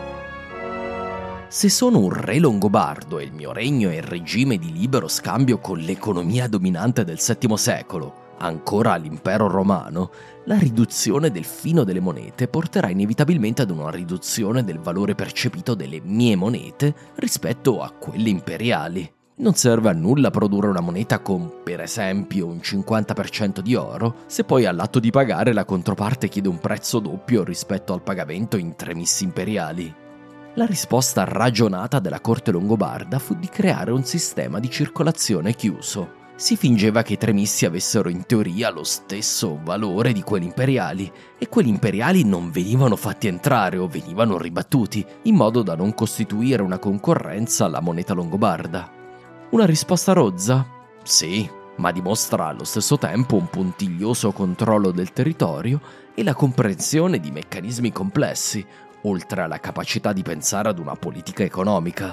Se sono un re longobardo e il mio regno è il regime di libero scambio con l'economia dominante del settimo secolo, ancora all'impero romano, la riduzione del fino delle monete porterà inevitabilmente ad una riduzione del valore percepito delle mie monete rispetto a quelle imperiali. Non serve a nulla produrre una moneta con, per esempio, un cinquanta per cento di oro, se poi all'atto di pagare la controparte chiede un prezzo doppio rispetto al pagamento in tre missi imperiali. La risposta ragionata della corte longobarda fu di creare un sistema di circolazione chiuso. Si fingeva che i tre missi avessero in teoria lo stesso valore di quelli imperiali e quelli imperiali non venivano fatti entrare o venivano ribattuti, in modo da non costituire una concorrenza alla moneta longobarda. Una risposta rozza? Sì, ma dimostra allo stesso tempo un puntiglioso controllo del territorio e la comprensione di meccanismi complessi, oltre alla capacità di pensare ad una politica economica.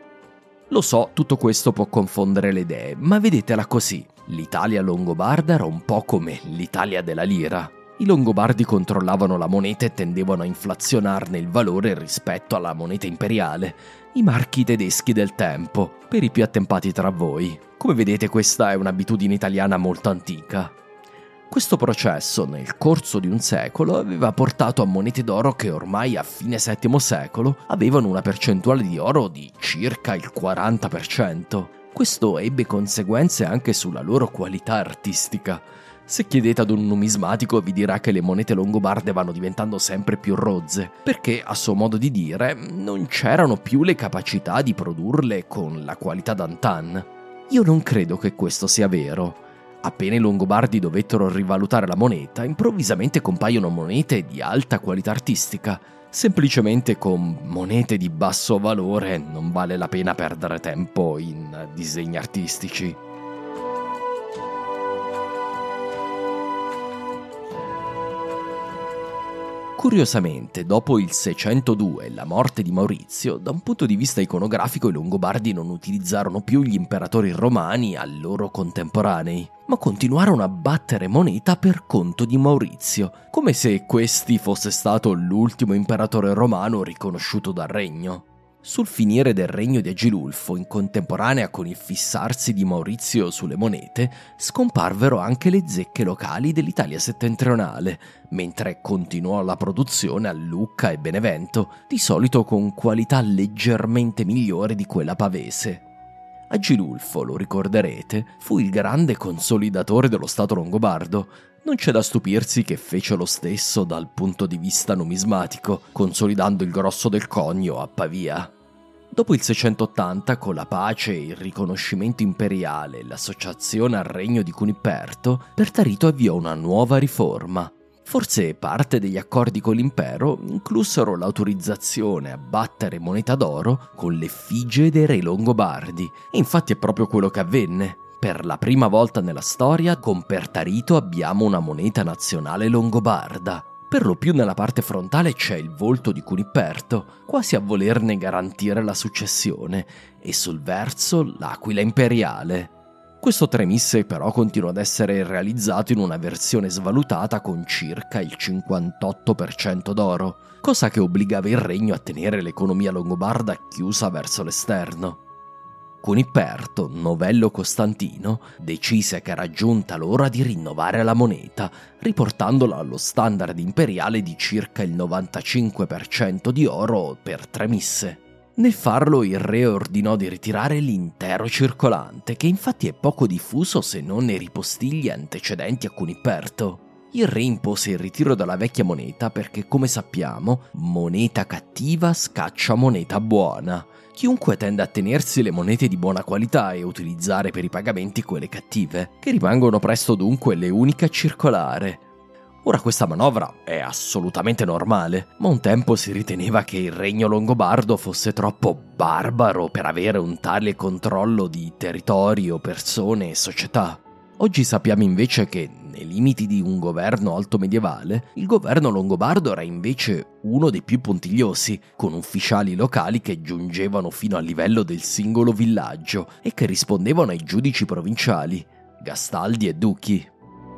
Lo so, tutto questo può confondere le idee, ma vedetela così. L'Italia longobarda era un po' come l'Italia della lira. I longobardi controllavano la moneta e tendevano a inflazionarne il valore rispetto alla moneta imperiale, i marchi tedeschi del tempo, per i più attempati tra voi. Come vedete, questa è un'abitudine italiana molto antica. Questo processo, nel corso di un secolo, aveva portato a monete d'oro che ormai a fine settimo secolo avevano una percentuale di oro di circa il quaranta per cento. Questo ebbe conseguenze anche sulla loro qualità artistica. Se chiedete ad un numismatico vi dirà che le monete longobarde vanno diventando sempre più rozze, perché, a suo modo di dire, non c'erano più le capacità di produrle con la qualità d'antan. Io non credo che questo sia vero. Appena i longobardi dovettero rivalutare la moneta, improvvisamente compaiono monete di alta qualità artistica. Semplicemente con monete di basso valore non vale la pena perdere tempo in disegni artistici. Curiosamente, dopo il seicentodue e la morte di Maurizio, da un punto di vista iconografico i Longobardi non utilizzarono più gli imperatori romani a loro contemporanei, ma continuarono a battere moneta per conto di Maurizio, come se questi fosse stato l'ultimo imperatore romano riconosciuto dal regno. Sul finire del regno di Agilulfo, in contemporanea con il fissarsi di Maurizio sulle monete, scomparvero anche le zecche locali dell'Italia settentrionale, mentre continuò la produzione a Lucca e Benevento, di solito con qualità leggermente migliore di quella pavese. Agilulfo, lo ricorderete, fu il grande consolidatore dello Stato longobardo. Non c'è da stupirsi che fece lo stesso dal punto di vista numismatico, consolidando il grosso del conio a Pavia. Dopo il seicentottanta, con la pace e il riconoscimento imperiale e l'associazione al regno di Cuniperto, Pertarito avviò una nuova riforma. Forse parte degli accordi con l'impero inclusero l'autorizzazione a battere moneta d'oro con l'effigie dei re longobardi, e infatti è proprio quello che avvenne. Per la prima volta nella storia, con Pertarito abbiamo una moneta nazionale longobarda. Per lo più nella parte frontale c'è il volto di Cuniperto, quasi a volerne garantire la successione, e sul verso l'aquila imperiale. Questo tremisse però continua ad essere realizzato in una versione svalutata con circa il cinquantotto per cento d'oro, cosa che obbligava il regno a tenere l'economia longobarda chiusa verso l'esterno. Cuniperto, Novello Costantino, decise che era giunta l'ora di rinnovare la moneta, riportandola allo standard imperiale di circa il novantacinque per cento di oro per tre misse. Nel farlo il re ordinò di ritirare l'intero circolante, che infatti è poco diffuso se non nei ripostigli antecedenti a Cuniperto. Il re impose il ritiro della vecchia moneta perché, come sappiamo, moneta cattiva scaccia moneta buona. Chiunque tende a tenersi le monete di buona qualità e utilizzare per i pagamenti quelle cattive, che rimangono presto dunque le uniche a circolare. Ora questa manovra è assolutamente normale, ma un tempo si riteneva che il regno longobardo fosse troppo barbaro per avere un tale controllo di territorio, persone e società. Oggi sappiamo invece che, nei limiti di un governo alto medievale, il governo longobardo era invece uno dei più puntigliosi, con ufficiali locali che giungevano fino al livello del singolo villaggio e che rispondevano ai giudici provinciali, gastaldi e duchi.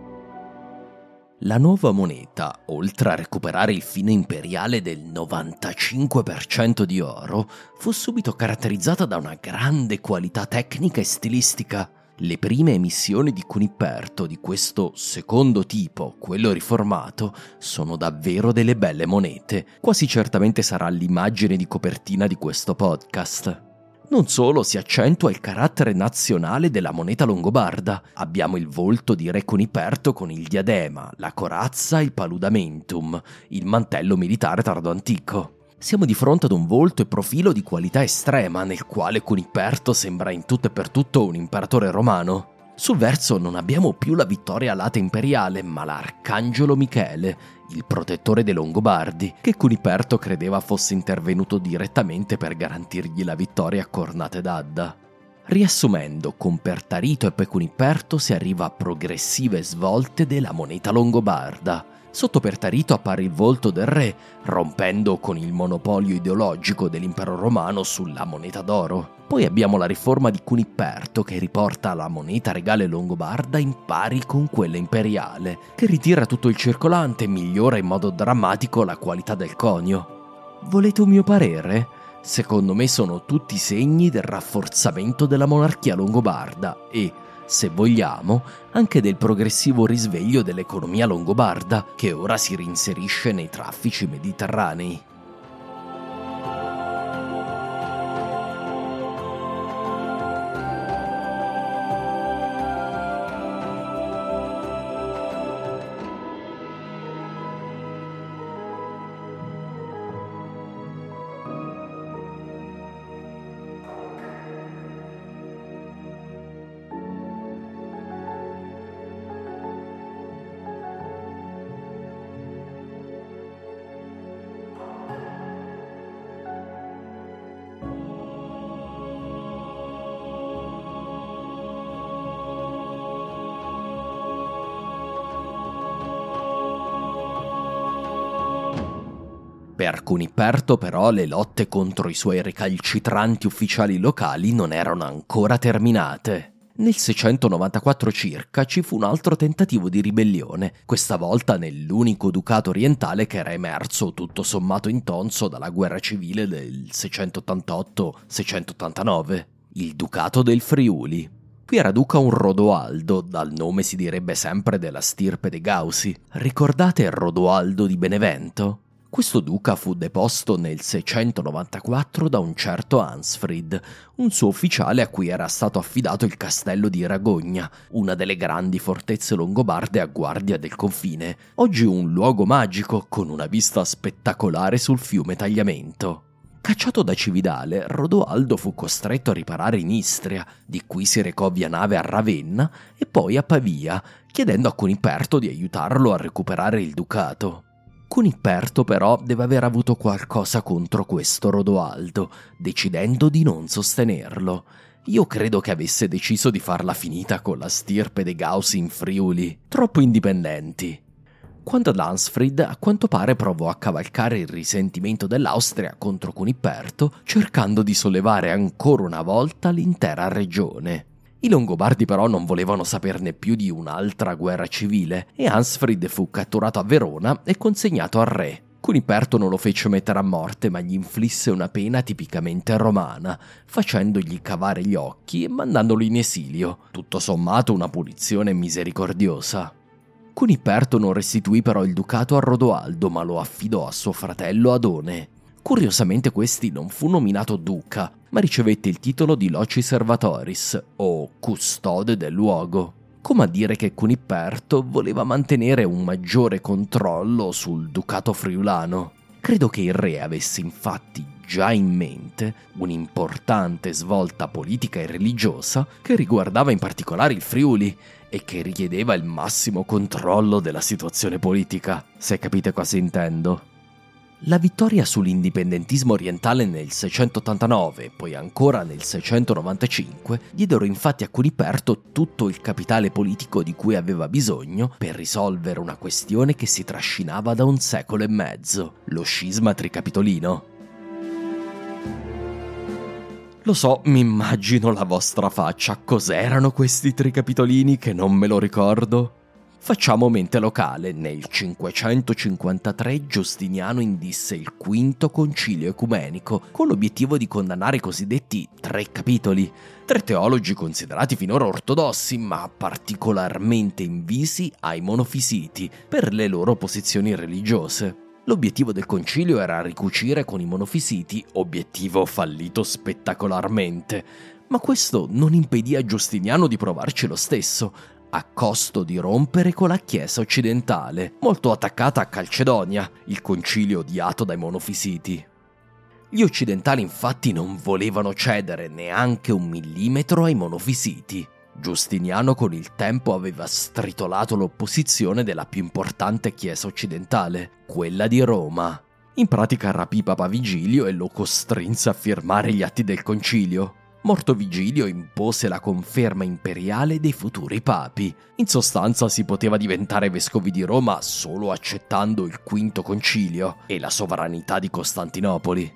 La nuova moneta, oltre a recuperare il fine imperiale del novantacinque per cento di oro, fu subito caratterizzata da una grande qualità tecnica e stilistica. Le prime emissioni di Cuniperto di questo secondo tipo, quello riformato, sono davvero delle belle monete. Quasi certamente sarà l'immagine di copertina di questo podcast. Non solo, si accentua il carattere nazionale della moneta longobarda. Abbiamo il volto di re Cuniperto con il diadema, la corazza, il paludamentum, il mantello militare tardoantico. Siamo di fronte ad un volto e profilo di qualità estrema, nel quale Cuniperto sembra in tutto e per tutto un imperatore romano. Sul verso non abbiamo più la vittoria alata imperiale, ma l'arcangelo Michele, il protettore dei Longobardi, che Cuniperto credeva fosse intervenuto direttamente per garantirgli la vittoria a Cornate d'Adda. Riassumendo, con Pertarito e poi Cuniperto si arriva a progressive svolte della moneta longobarda. Sotto Pertarito appare il volto del re, rompendo con il monopolio ideologico dell'impero romano sulla moneta d'oro. Poi abbiamo la riforma di Cuniperto che riporta la moneta regale longobarda in pari con quella imperiale, che ritira tutto il circolante e migliora in modo drammatico la qualità del conio. Volete un mio parere? Secondo me sono tutti segni del rafforzamento della monarchia longobarda e, se vogliamo, anche del progressivo risveglio dell'economia longobarda, che ora si reinserisce nei traffici mediterranei. Per Cuniperto però le lotte contro i suoi recalcitranti ufficiali locali non erano ancora terminate. Nel seicentonovantaquattro circa ci fu un altro tentativo di ribellione, questa volta nell'unico ducato orientale che era emerso tutto sommato intonso dalla guerra civile del seicentottantotto seicentottantanove, il ducato del Friuli. Qui era duca un Rodoaldo, dal nome si direbbe sempre della stirpe dei Gausi. Ricordate Rodoaldo di Benevento? Questo duca fu deposto nel seicentonovantaquattro da un certo Ansfrid, un suo ufficiale a cui era stato affidato il castello di Ragogna, una delle grandi fortezze longobarde a guardia del confine, oggi un luogo magico con una vista spettacolare sul fiume Tagliamento. Cacciato da Cividale, Rodoaldo fu costretto a riparare in Istria, di cui si recò via nave a Ravenna e poi a Pavia, chiedendo a Cuniperto di aiutarlo a recuperare il ducato. Cuniperto però deve aver avuto qualcosa contro questo Rodoaldo, decidendo di non sostenerlo. Io credo che avesse deciso di farla finita con la stirpe dei Gauss in Friuli, troppo indipendenti. Quando ad Lansfried, a quanto pare provò a cavalcare il risentimento dell'Austria contro Cuniperto, cercando di sollevare ancora una volta l'intera regione. I Longobardi però non volevano saperne più di un'altra guerra civile e Ansfried fu catturato a Verona e consegnato al re. Cuniperto non lo fece mettere a morte, ma gli inflisse una pena tipicamente romana, facendogli cavare gli occhi e mandandolo in esilio, tutto sommato una punizione misericordiosa. Cuniperto non restituì però il ducato a Rodoaldo, ma lo affidò a suo fratello Adone. Curiosamente questi non fu nominato duca, ma ricevette il titolo di Loci Servatoris, o custode del luogo, come a dire che Cuniperto voleva mantenere un maggiore controllo sul ducato friulano. Credo che il re avesse infatti già in mente un'importante svolta politica e religiosa che riguardava in particolare il Friuli e che richiedeva il massimo controllo della situazione politica, se capite cosa intendo. La vittoria sull'indipendentismo orientale nel seicentottantanove e poi ancora nel seicentonovantacinque diedero infatti a Cuniperto tutto il capitale politico di cui aveva bisogno per risolvere una questione che si trascinava da un secolo e mezzo, lo scisma tricapitolino. Lo so, mi immagino la vostra faccia, cos'erano questi tricapitolini che non me lo ricordo? Facciamo mente locale. Nel cinquecentocinquantatré Giustiniano indisse il quinto concilio ecumenico con l'obiettivo di condannare i cosiddetti tre capitoli, tre teologi considerati finora ortodossi ma particolarmente invisi ai monofisiti per le loro posizioni religiose. L'obiettivo del concilio era ricucire con i monofisiti, obiettivo fallito spettacolarmente, ma questo non impedì a Giustiniano di provarci lo stesso, a costo di rompere con la Chiesa occidentale, molto attaccata a Calcedonia, il concilio odiato dai monofisiti. Gli occidentali infatti non volevano cedere neanche un millimetro ai monofisiti. Giustiniano con il tempo aveva stritolato l'opposizione della più importante chiesa occidentale, quella di Roma. In pratica rapì Papa Vigilio e lo costrinse a firmare gli atti del concilio. Morto Vigilio impose la conferma imperiale dei futuri papi. In sostanza si poteva diventare vescovi di Roma solo accettando il quinto concilio e la sovranità di Costantinopoli.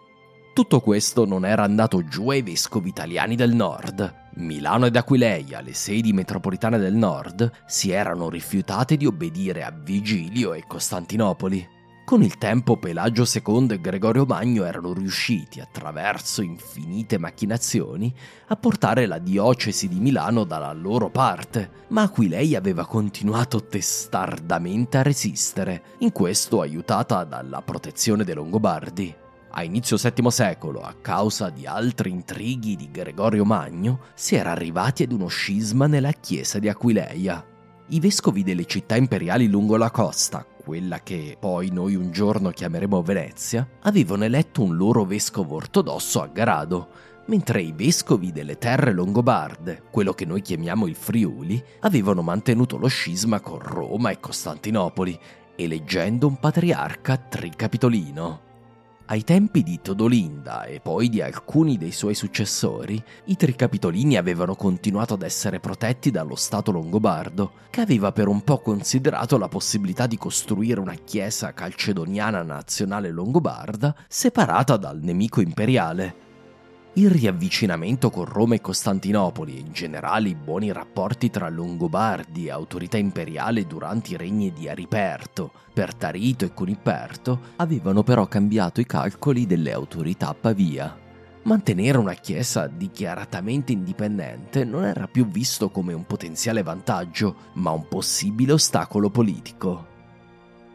Tutto questo non era andato giù ai vescovi italiani del nord. Milano ed Aquileia, le sedi metropolitane del nord, si erano rifiutate di obbedire a Vigilio e Costantinopoli. Con il tempo Pelagio secondo e Gregorio Magno erano riusciti, attraverso infinite macchinazioni, a portare la diocesi di Milano dalla loro parte, ma Aquileia aveva continuato testardamente a resistere, in questo aiutata dalla protezione dei Longobardi. A inizio settimo secolo, a causa di altri intrighi di Gregorio Magno, si era arrivati ad uno scisma nella chiesa di Aquileia. I vescovi delle città imperiali lungo la costa, quella che poi noi un giorno chiameremo Venezia, avevano eletto un loro vescovo ortodosso a grado, mentre i vescovi delle terre longobarde, quello che noi chiamiamo il Friuli, avevano mantenuto lo scisma con Roma e Costantinopoli, eleggendo un patriarca tricapitolino. Ai tempi di Todolinda e poi di alcuni dei suoi successori, i tricapitolini avevano continuato ad essere protetti dallo Stato longobardo, che aveva per un po' considerato la possibilità di costruire una chiesa calcedoniana nazionale longobarda separata dal nemico imperiale. Il riavvicinamento con Roma e Costantinopoli e in generale i buoni rapporti tra Longobardi e autorità imperiale durante i regni di Ariperto, Pertarito e Cuniperto avevano però cambiato i calcoli delle autorità a Pavia. Mantenere una chiesa dichiaratamente indipendente non era più visto come un potenziale vantaggio, ma un possibile ostacolo politico.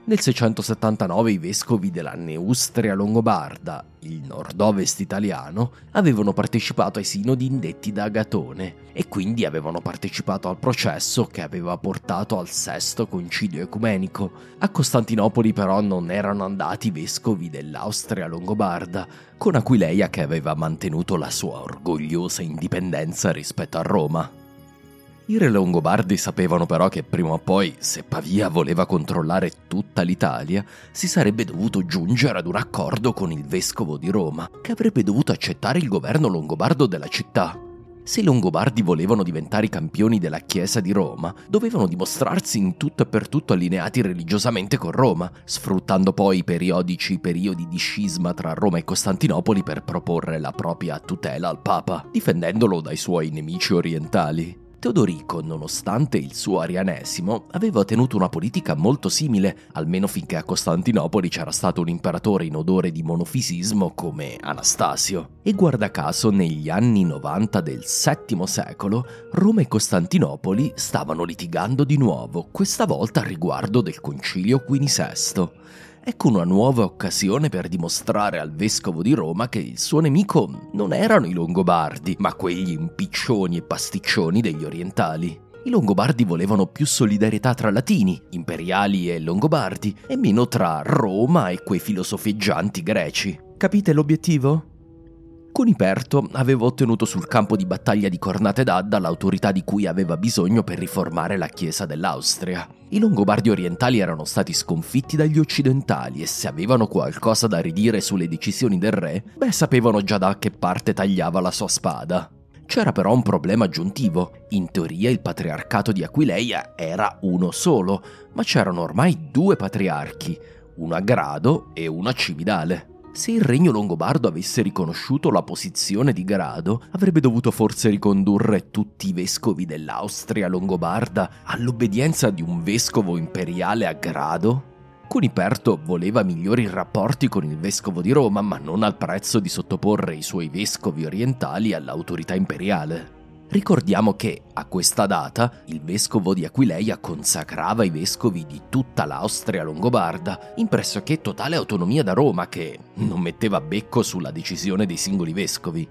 Nel seicentosettantanove i vescovi della Neustria Longobarda, il nord-ovest italiano, avevano partecipato ai sinodi indetti da Agatone e quindi avevano partecipato al processo che aveva portato al sesto concilio ecumenico. A Costantinopoli però non erano andati i vescovi dell'Austria Longobarda, con Aquileia che aveva mantenuto la sua orgogliosa indipendenza rispetto a Roma. I re longobardi sapevano però che prima o poi, se Pavia voleva controllare tutta l'Italia, si sarebbe dovuto giungere ad un accordo con il vescovo di Roma, che avrebbe dovuto accettare il governo longobardo della città. Se i longobardi volevano diventare i campioni della Chiesa di Roma, dovevano dimostrarsi in tutto e per tutto allineati religiosamente con Roma, sfruttando poi i periodici periodi di scisma tra Roma e Costantinopoli per proporre la propria tutela al Papa, difendendolo dai suoi nemici orientali. Teodorico, nonostante il suo arianesimo, aveva tenuto una politica molto simile, almeno finché a Costantinopoli c'era stato un imperatore in odore di monofisismo come Anastasio. E guarda caso, negli anni novanta del settimo secolo, Roma e Costantinopoli stavano litigando di nuovo, questa volta a riguardo del Concilio Quinisesto. Ecco una nuova occasione per dimostrare al vescovo di Roma che il suo nemico non erano i Longobardi, ma quegli impiccioni e pasticcioni degli orientali. I Longobardi volevano più solidarietà tra latini, imperiali e Longobardi, e meno tra Roma e quei filosofeggianti greci. Capite l'obiettivo? Cuniperto aveva ottenuto sul campo di battaglia di Cornate d'Adda l'autorità di cui aveva bisogno per riformare la Chiesa dell'Austria. I Longobardi orientali erano stati sconfitti dagli occidentali e se avevano qualcosa da ridire sulle decisioni del re, beh, sapevano già da che parte tagliava la sua spada. C'era però un problema aggiuntivo. In teoria il patriarcato di Aquileia era uno solo, ma c'erano ormai due patriarchi, uno a Grado e uno a Cividale. Se il regno longobardo avesse riconosciuto la posizione di Grado, avrebbe dovuto forse ricondurre tutti i vescovi dell'Austria longobarda all'obbedienza di un vescovo imperiale a Grado? Cuniperto voleva migliori rapporti con il vescovo di Roma, ma non al prezzo di sottoporre i suoi vescovi orientali all'autorità imperiale. Ricordiamo che, a questa data, il vescovo di Aquileia consacrava i vescovi di tutta l'Austria longobarda in pressoché totale autonomia da Roma, che non metteva becco sulla decisione dei singoli vescovi.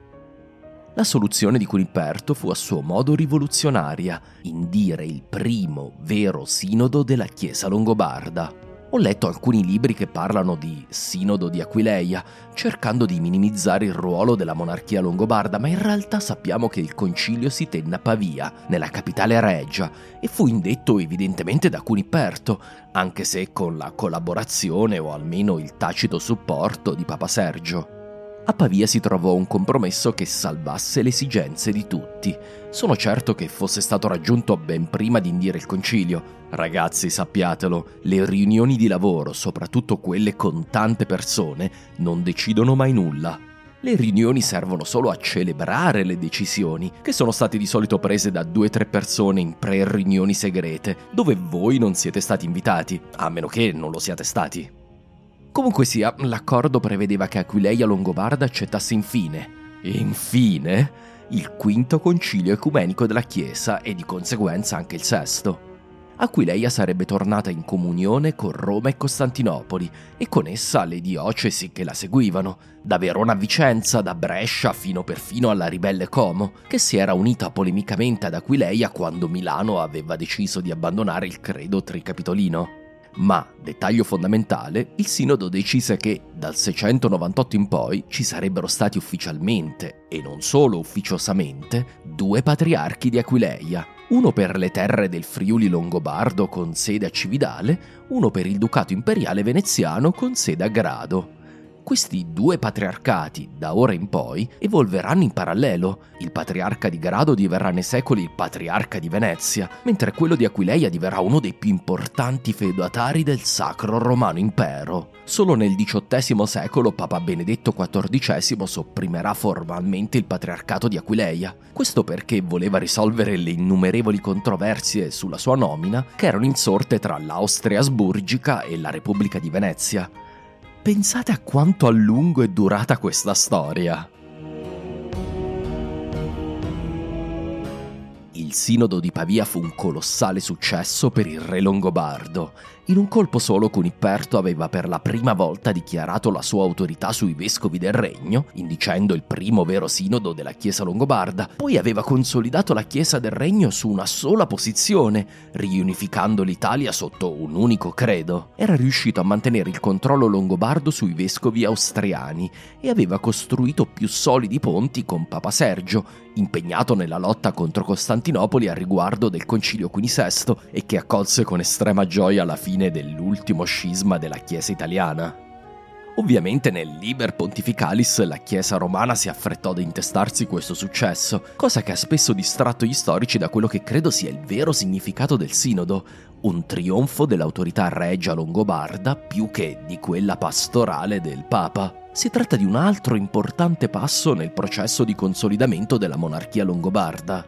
La soluzione di Cuniperto fu a suo modo rivoluzionaria: indire il primo vero sinodo della Chiesa longobarda. Ho letto alcuni libri che parlano di Sinodo di Aquileia, cercando di minimizzare il ruolo della monarchia longobarda, ma in realtà sappiamo che il concilio si tenne a Pavia, nella capitale regia, e fu indetto evidentemente da Cuniperto, anche se con la collaborazione o almeno il tacito supporto di Papa Sergio. A Pavia si trovò un compromesso che salvasse le esigenze di tutti. Sono certo che fosse stato raggiunto ben prima di indire il concilio. Ragazzi, sappiatelo, le riunioni di lavoro, soprattutto quelle con tante persone, non decidono mai nulla. Le riunioni servono solo a celebrare le decisioni, che sono state di solito prese da due o tre persone in pre-riunioni segrete, dove voi non siete stati invitati, a meno che non lo siate stati. Comunque sia, l'accordo prevedeva che Aquileia Longobarda accettasse infine, e infine, il quinto concilio ecumenico della Chiesa e di conseguenza anche il sesto. Aquileia sarebbe tornata in comunione con Roma e Costantinopoli e con essa le diocesi che la seguivano, da Verona a Vicenza, da Brescia fino perfino alla ribelle Como, che si era unita polemicamente ad Aquileia quando Milano aveva deciso di abbandonare il credo tricapitolino. Ma, dettaglio fondamentale, il sinodo decise che dal seicentonovantotto in poi ci sarebbero stati ufficialmente, e non solo ufficiosamente, due patriarchi di Aquileia, uno per le terre del Friuli Longobardo con sede a Cividale, uno per il Ducato Imperiale Veneziano con sede a Grado. Questi due patriarcati, da ora in poi, evolveranno in parallelo. Il patriarca di Grado diverrà nei secoli il patriarca di Venezia, mentre quello di Aquileia diverrà uno dei più importanti feudatari del Sacro Romano Impero. Solo nel diciottesimo secolo Papa Benedetto quattordicesimo sopprimerà formalmente il patriarcato di Aquileia. Questo perché voleva risolvere le innumerevoli controversie sulla sua nomina che erano insorte tra l'Austria asburgica e la Repubblica di Venezia. Pensate a quanto a lungo è durata questa storia. Il Sinodo di Pavia fu un colossale successo per il re longobardo. In un colpo solo Cuniperto aveva per la prima volta dichiarato la sua autorità sui vescovi del regno, indicendo il primo vero sinodo della Chiesa longobarda. Poi aveva consolidato la Chiesa del regno su una sola posizione, riunificando l'Italia sotto un unico credo. Era riuscito a mantenere il controllo longobardo sui vescovi austriani e aveva costruito più solidi ponti con Papa Sergio, impegnato nella lotta contro Costantinopoli a riguardo del Concilio quinisesto e che accolse con estrema gioia la fine dell'ultimo scisma della Chiesa italiana. Ovviamente nel Liber Pontificalis la Chiesa romana si affrettò ad intestarsi questo successo, cosa che ha spesso distratto gli storici da quello che credo sia il vero significato del sinodo, un trionfo dell'autorità regia longobarda più che di quella pastorale del Papa. Si tratta di un altro importante passo nel processo di consolidamento della monarchia longobarda.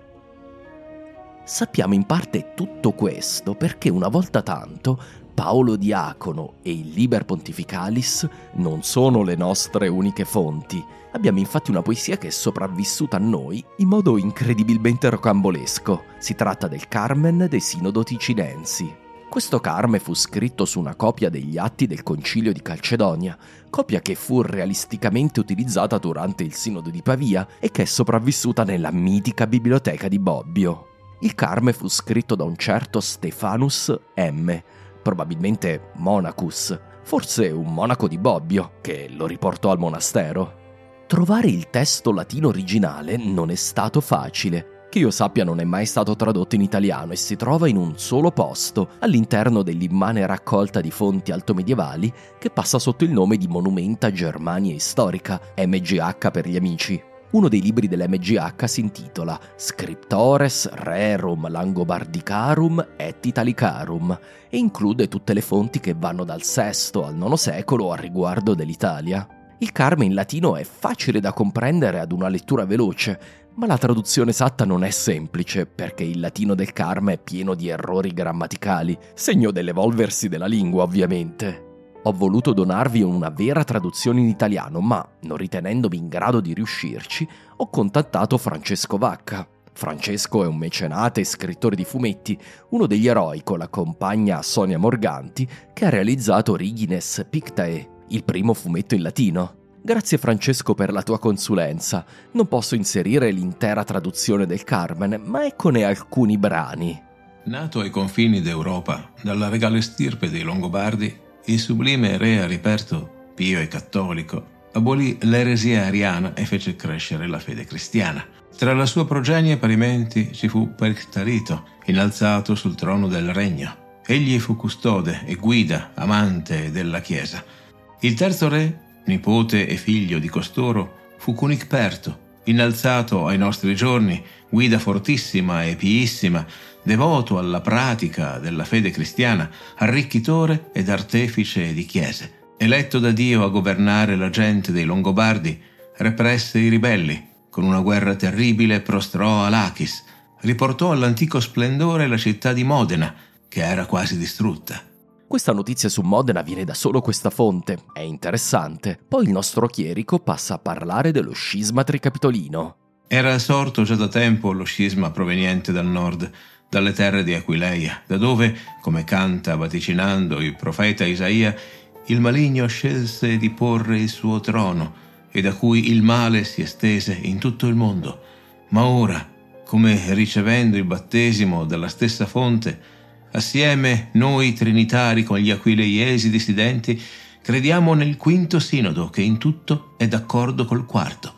Sappiamo in parte tutto questo perché una volta tanto Paolo Diacono e il Liber Pontificalis non sono le nostre uniche fonti. Abbiamo infatti una poesia che è sopravvissuta a noi in modo incredibilmente rocambolesco. Si tratta del Carmen dei Sinodoti Cidensi. Questo Carme fu scritto su una copia degli atti del Concilio di Calcedonia, copia che fu realisticamente utilizzata durante il Sinodo di Pavia e che è sopravvissuta nella mitica biblioteca di Bobbio. Il Carme fu scritto da un certo Stephanus M., probabilmente Monachus, forse un monaco di Bobbio, che lo riportò al monastero. Trovare il testo latino originale non è stato facile. Che io sappia non è mai stato tradotto in italiano e si trova in un solo posto, all'interno dell'immane raccolta di fonti altomedievali che passa sotto il nome di Monumenta Germaniae Historica, M G H per gli amici. Uno dei libri dell'M G H si intitola Scriptores Rerum Langobardicarum et Italicarum e include tutte le fonti che vanno dal sesto al nono secolo a riguardo dell'Italia. Il Carme in latino è facile da comprendere ad una lettura veloce, ma la traduzione esatta non è semplice perché il latino del Carme è pieno di errori grammaticali, segno dell'evolversi della lingua ovviamente. Ho voluto donarvi una vera traduzione in italiano, ma, non ritenendomi in grado di riuscirci, ho contattato Francesco Vacca. Francesco è un mecenate e scrittore di fumetti, uno degli eroi con la compagna Sonia Morganti che ha realizzato Origines Pictae, il primo fumetto in latino. Grazie Francesco per la tua consulenza. Non posso inserire l'intera traduzione del Carmen, ma eccone alcuni brani. Nato ai confini d'Europa, dalla regale stirpe dei Longobardi, il sublime re Ariperto, pio e cattolico, abolì l'eresia ariana e fece crescere la fede cristiana. Tra la sua progenie parimenti ci fu Perctarito, innalzato sul trono del regno. Egli fu custode e guida, amante della Chiesa. Il terzo re, nipote e figlio di costoro, fu Cunicperto, innalzato ai nostri giorni, guida fortissima e piissima, devoto alla pratica della fede cristiana, arricchitore ed artefice di chiese. Eletto da Dio a governare la gente dei Longobardi, represse i ribelli, con una guerra terribile prostrò a Lachis, riportò all'antico splendore la città di Modena, che era quasi distrutta. Questa notizia su Modena viene da solo questa fonte, è interessante. Poi il nostro chierico passa a parlare dello scisma tricapitolino. Era sorto già da tempo lo scisma proveniente dal nord, dalle terre di Aquileia, da dove, come canta vaticinando il profeta Isaia, il maligno scelse di porre il suo trono e da cui il male si estese in tutto il mondo. Ma ora, come ricevendo il battesimo dalla stessa fonte, assieme noi trinitari con gli aquileiesi dissidenti crediamo nel quinto sinodo che in tutto è d'accordo col quarto.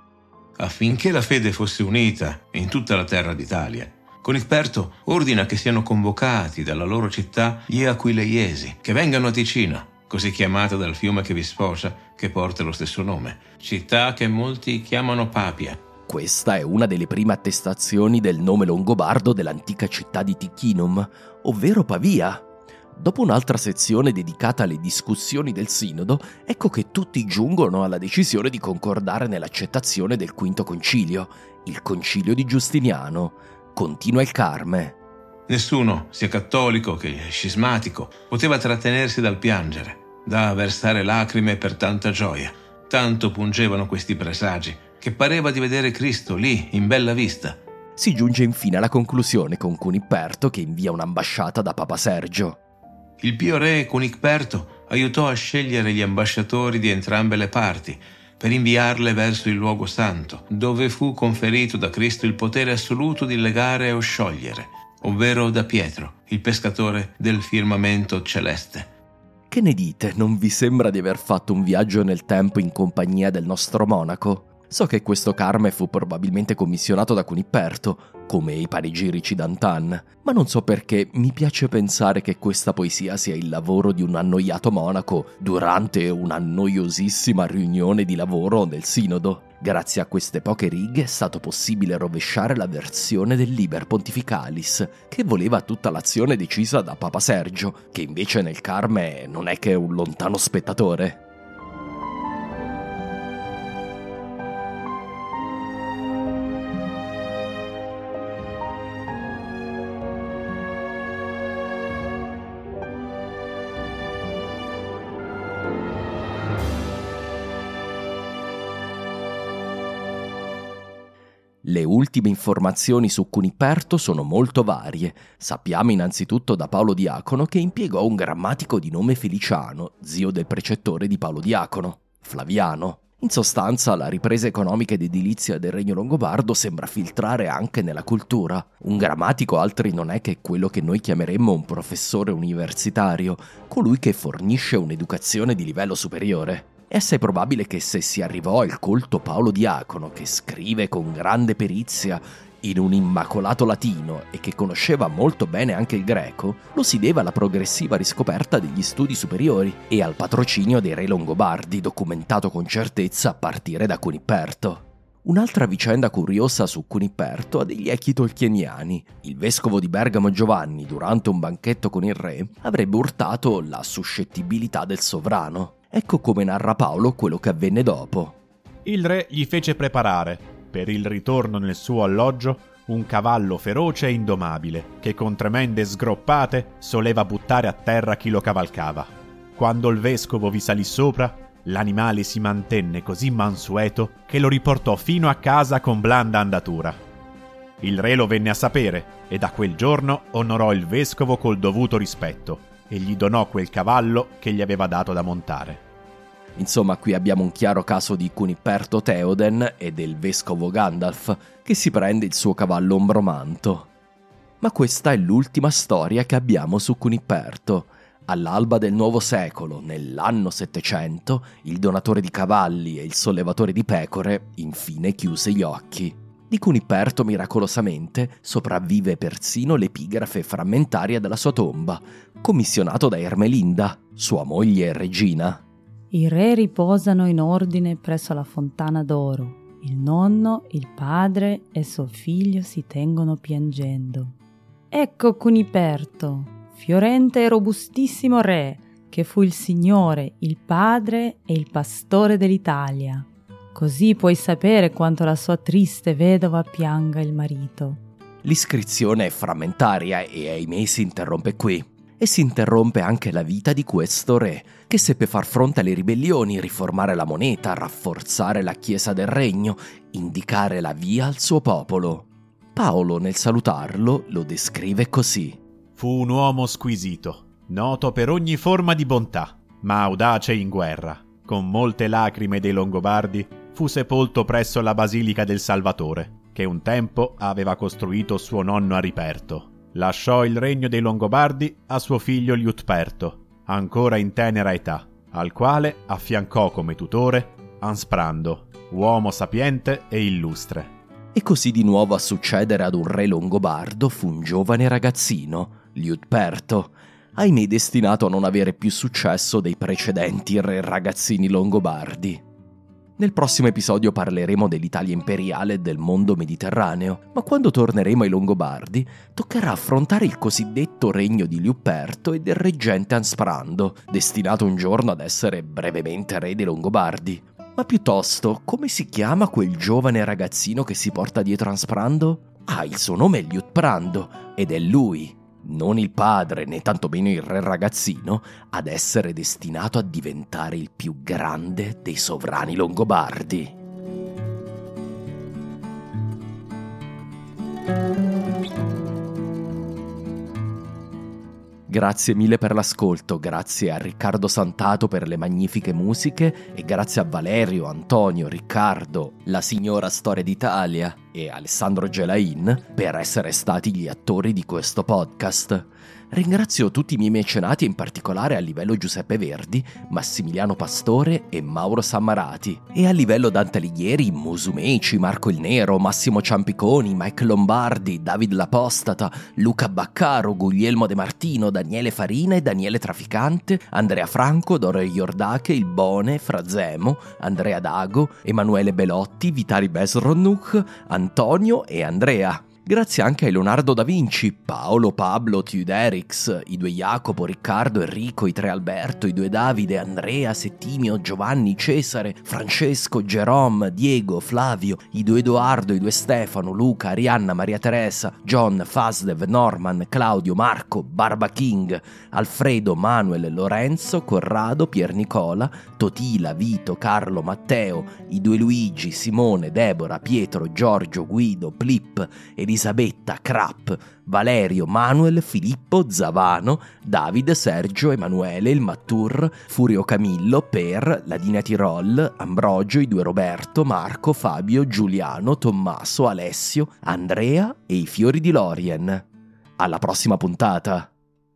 Affinché la fede fosse unita in tutta la terra d'Italia, Cunicperto ordina che siano convocati dalla loro città gli aquileiesi, che vengano a Ticino, così chiamata dal fiume che vi sfocia, che porta lo stesso nome, città che molti chiamano Papia. Questa è una delle prime attestazioni del nome longobardo dell'antica città di Ticinum, ovvero Pavia. Dopo un'altra sezione dedicata alle discussioni del sinodo, ecco che tutti giungono alla decisione di concordare nell'accettazione del quinto concilio, il concilio di Giustiniano. Continua il Carme. Nessuno, sia cattolico che scismatico, poteva trattenersi dal piangere, da versare lacrime per tanta gioia. Tanto pungevano questi presagi, che pareva di vedere Cristo lì, in bella vista. Si giunge infine alla conclusione con Cuniperto che invia un'ambasciata da Papa Sergio. Il pio re Cunicperto aiutò a scegliere gli ambasciatori di entrambe le parti per inviarle verso il luogo santo, dove fu conferito da Cristo il potere assoluto di legare o sciogliere, ovvero da Pietro, il pescatore del firmamento celeste. Che ne dite? Non vi sembra di aver fatto un viaggio nel tempo in compagnia del nostro monaco? So che questo Carme fu probabilmente commissionato da Cuniperto, come i panegirici d'Antan, ma non so perché mi piace pensare che questa poesia sia il lavoro di un annoiato monaco durante una noiosissima riunione di lavoro nel sinodo. Grazie a queste poche righe è stato possibile rovesciare la versione del Liber Pontificalis, che voleva tutta l'azione decisa da Papa Sergio, che invece nel Carme non è che un lontano spettatore. Le ultime informazioni su Cuniperto sono molto varie. Sappiamo innanzitutto da Paolo Diacono che impiegò un grammatico di nome Feliciano, zio del precettore di Paolo Diacono, Flaviano. In sostanza, la ripresa economica ed edilizia del Regno Longobardo sembra filtrare anche nella cultura. Un grammatico altri non è che quello che noi chiameremmo un professore universitario, colui che fornisce un'educazione di livello superiore. È assai probabile che se si arrivò al colto Paolo Diacono, che scrive con grande perizia in un immacolato latino e che conosceva molto bene anche il greco, lo si deve alla progressiva riscoperta degli studi superiori e al patrocinio dei re longobardi, documentato con certezza a partire da Cuniperto. Un'altra vicenda curiosa su Cuniperto ha degli echi tolkieniani. Il vescovo di Bergamo Giovanni, durante un banchetto con il re, avrebbe urtato la suscettibilità del sovrano. Ecco come narra Paolo quello che avvenne dopo. Il re gli fece preparare, per il ritorno nel suo alloggio, un cavallo feroce e indomabile, che con tremende sgroppate soleva buttare a terra chi lo cavalcava. Quando il vescovo vi salì sopra, l'animale si mantenne così mansueto che lo riportò fino a casa con blanda andatura. Il re lo venne a sapere e da quel giorno onorò il vescovo col dovuto rispetto e gli donò quel cavallo che gli aveva dato da montare. Insomma, qui abbiamo un chiaro caso di Cuniperto Theoden e del vescovo Gandalf che si prende il suo cavallo ombromanto. Ma questa è l'ultima storia che abbiamo su Cuniperto. All'alba del nuovo secolo, nell'anno settecento, il donatore di cavalli e il sollevatore di pecore infine chiuse gli occhi. Di Cuniperto, miracolosamente, sopravvive persino l'epigrafe frammentaria della sua tomba, commissionato da Ermelinda, sua moglie e regina. I re riposano in ordine presso la fontana d'oro. Il nonno, il padre e suo figlio si tengono piangendo. Ecco Cuniperto, fiorente e robustissimo re, che fu il signore, il padre e il pastore dell'Italia. Così puoi sapere quanto la sua triste vedova pianga il marito. L'iscrizione è frammentaria e ahimè si interrompe qui. E si interrompe anche la vita di questo re, che seppe far fronte alle ribellioni, riformare la moneta, rafforzare la chiesa del regno, indicare la via al suo popolo. Paolo, nel salutarlo, lo descrive così. Fu un uomo squisito, noto per ogni forma di bontà, ma audace in guerra. Con molte lacrime dei Longobardi fu sepolto presso la Basilica del Salvatore, che un tempo aveva costruito suo nonno Ariperto. Lasciò il regno dei Longobardi a suo figlio Liutperto, ancora in tenera età, al quale affiancò come tutore Ansprando, uomo sapiente e illustre. E così di nuovo a succedere ad un re longobardo fu un giovane ragazzino, Liutperto, ahimè destinato a non avere più successo dei precedenti re ragazzini longobardi. Nel prossimo episodio parleremo dell'Italia imperiale e del mondo mediterraneo, ma quando torneremo ai Longobardi toccherà affrontare il cosiddetto regno di Liutperto e del reggente Ansprando, destinato un giorno ad essere brevemente re dei Longobardi. Ma piuttosto, come si chiama quel giovane ragazzino che si porta dietro Ansprando? Ah, il suo nome è Liutprando, ed è lui, non il padre né tantomeno il re ragazzino, ad essere destinato a diventare il più grande dei sovrani longobardi. Grazie mille per l'ascolto, grazie a Riccardo Santato per le magnifiche musiche e grazie a Valerio, Antonio, Riccardo, la signora Storia d'Italia e Alessandro Gelain per essere stati gli attori di questo podcast. Ringrazio tutti i miei mecenati, in particolare a livello Giuseppe Verdi, Massimiliano Pastore e Mauro Sammarati, e a livello Dante Alighieri, Musumeci, Marco il Nero, Massimo Ciampiconi, Mike Lombardi, David L'Apostata, Luca Baccaro, Guglielmo De Martino, Daniele Farina e Daniele Traficante, Andrea Franco, Doro Iordache, Il Bone, Frazemo, Andrea Dago, Emanuele Belotti, Vitali Besronuk, Antonio e Andrea. Grazie anche a Leonardo da Vinci, Paolo, Pablo, Tiuderix, i due Jacopo, Riccardo, Enrico, i tre Alberto, i due Davide, Andrea, Settimio, Giovanni, Cesare, Francesco, Jerome, Diego, Flavio, i due Edoardo, i due Stefano, Luca, Arianna, Maria Teresa, John, Fasdev, Norman, Claudio, Marco, Barba King, Alfredo, Manuel, Lorenzo, Corrado, Pier Nicola, Totila, Vito, Carlo, Matteo, i due Luigi, Simone, Deborah, Pietro, Giorgio, Guido, Plip, Elisabetta, Crap, Valerio, Manuel, Filippo, Zavano, Davide, Sergio, Emanuele, il Mattur, Furio Camillo, Per, Ladina Tirol, Ambrogio, i due Roberto, Marco, Fabio, Giuliano, Tommaso, Alessio, Andrea e i fiori di Lorien. Alla prossima puntata!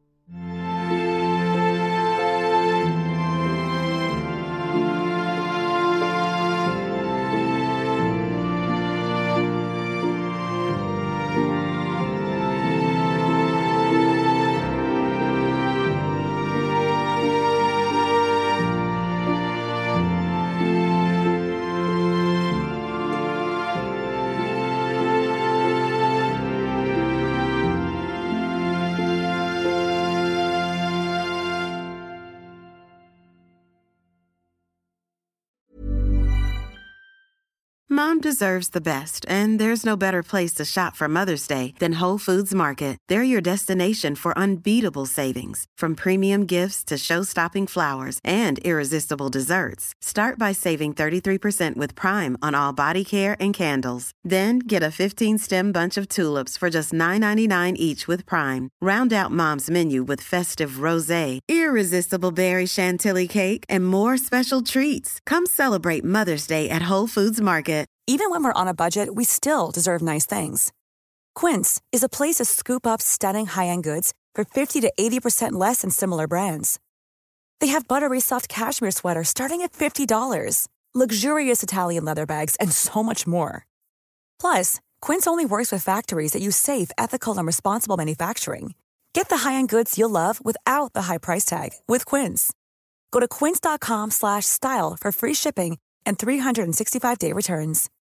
Mom deserves the best, and there's no better place to shop for Mother's Day than Whole Foods Market. They're your destination for unbeatable savings, from premium gifts to show-stopping flowers and irresistible desserts. Start by saving thirty-three percent with Prime on all body care and candles. Then get a fifteen-stem bunch of tulips for just nine ninety-nine each with Prime. Round out Mom's menu with festive rosé, irresistible berry chantilly cake, and more special treats. Come celebrate Mother's Day at Whole Foods Market. Even when we're on a budget, we still deserve nice things. Quince is a place to scoop up stunning high-end goods for fifty to eighty percent less than similar brands. They have buttery soft cashmere sweaters starting at fifty dollars, luxurious Italian leather bags, and so much more. Plus, Quince only works with factories that use safe, ethical, and responsible manufacturing. Get the high-end goods you'll love without the high price tag with Quince. Go to quince.com slash style for free shipping and three sixty-five day returns.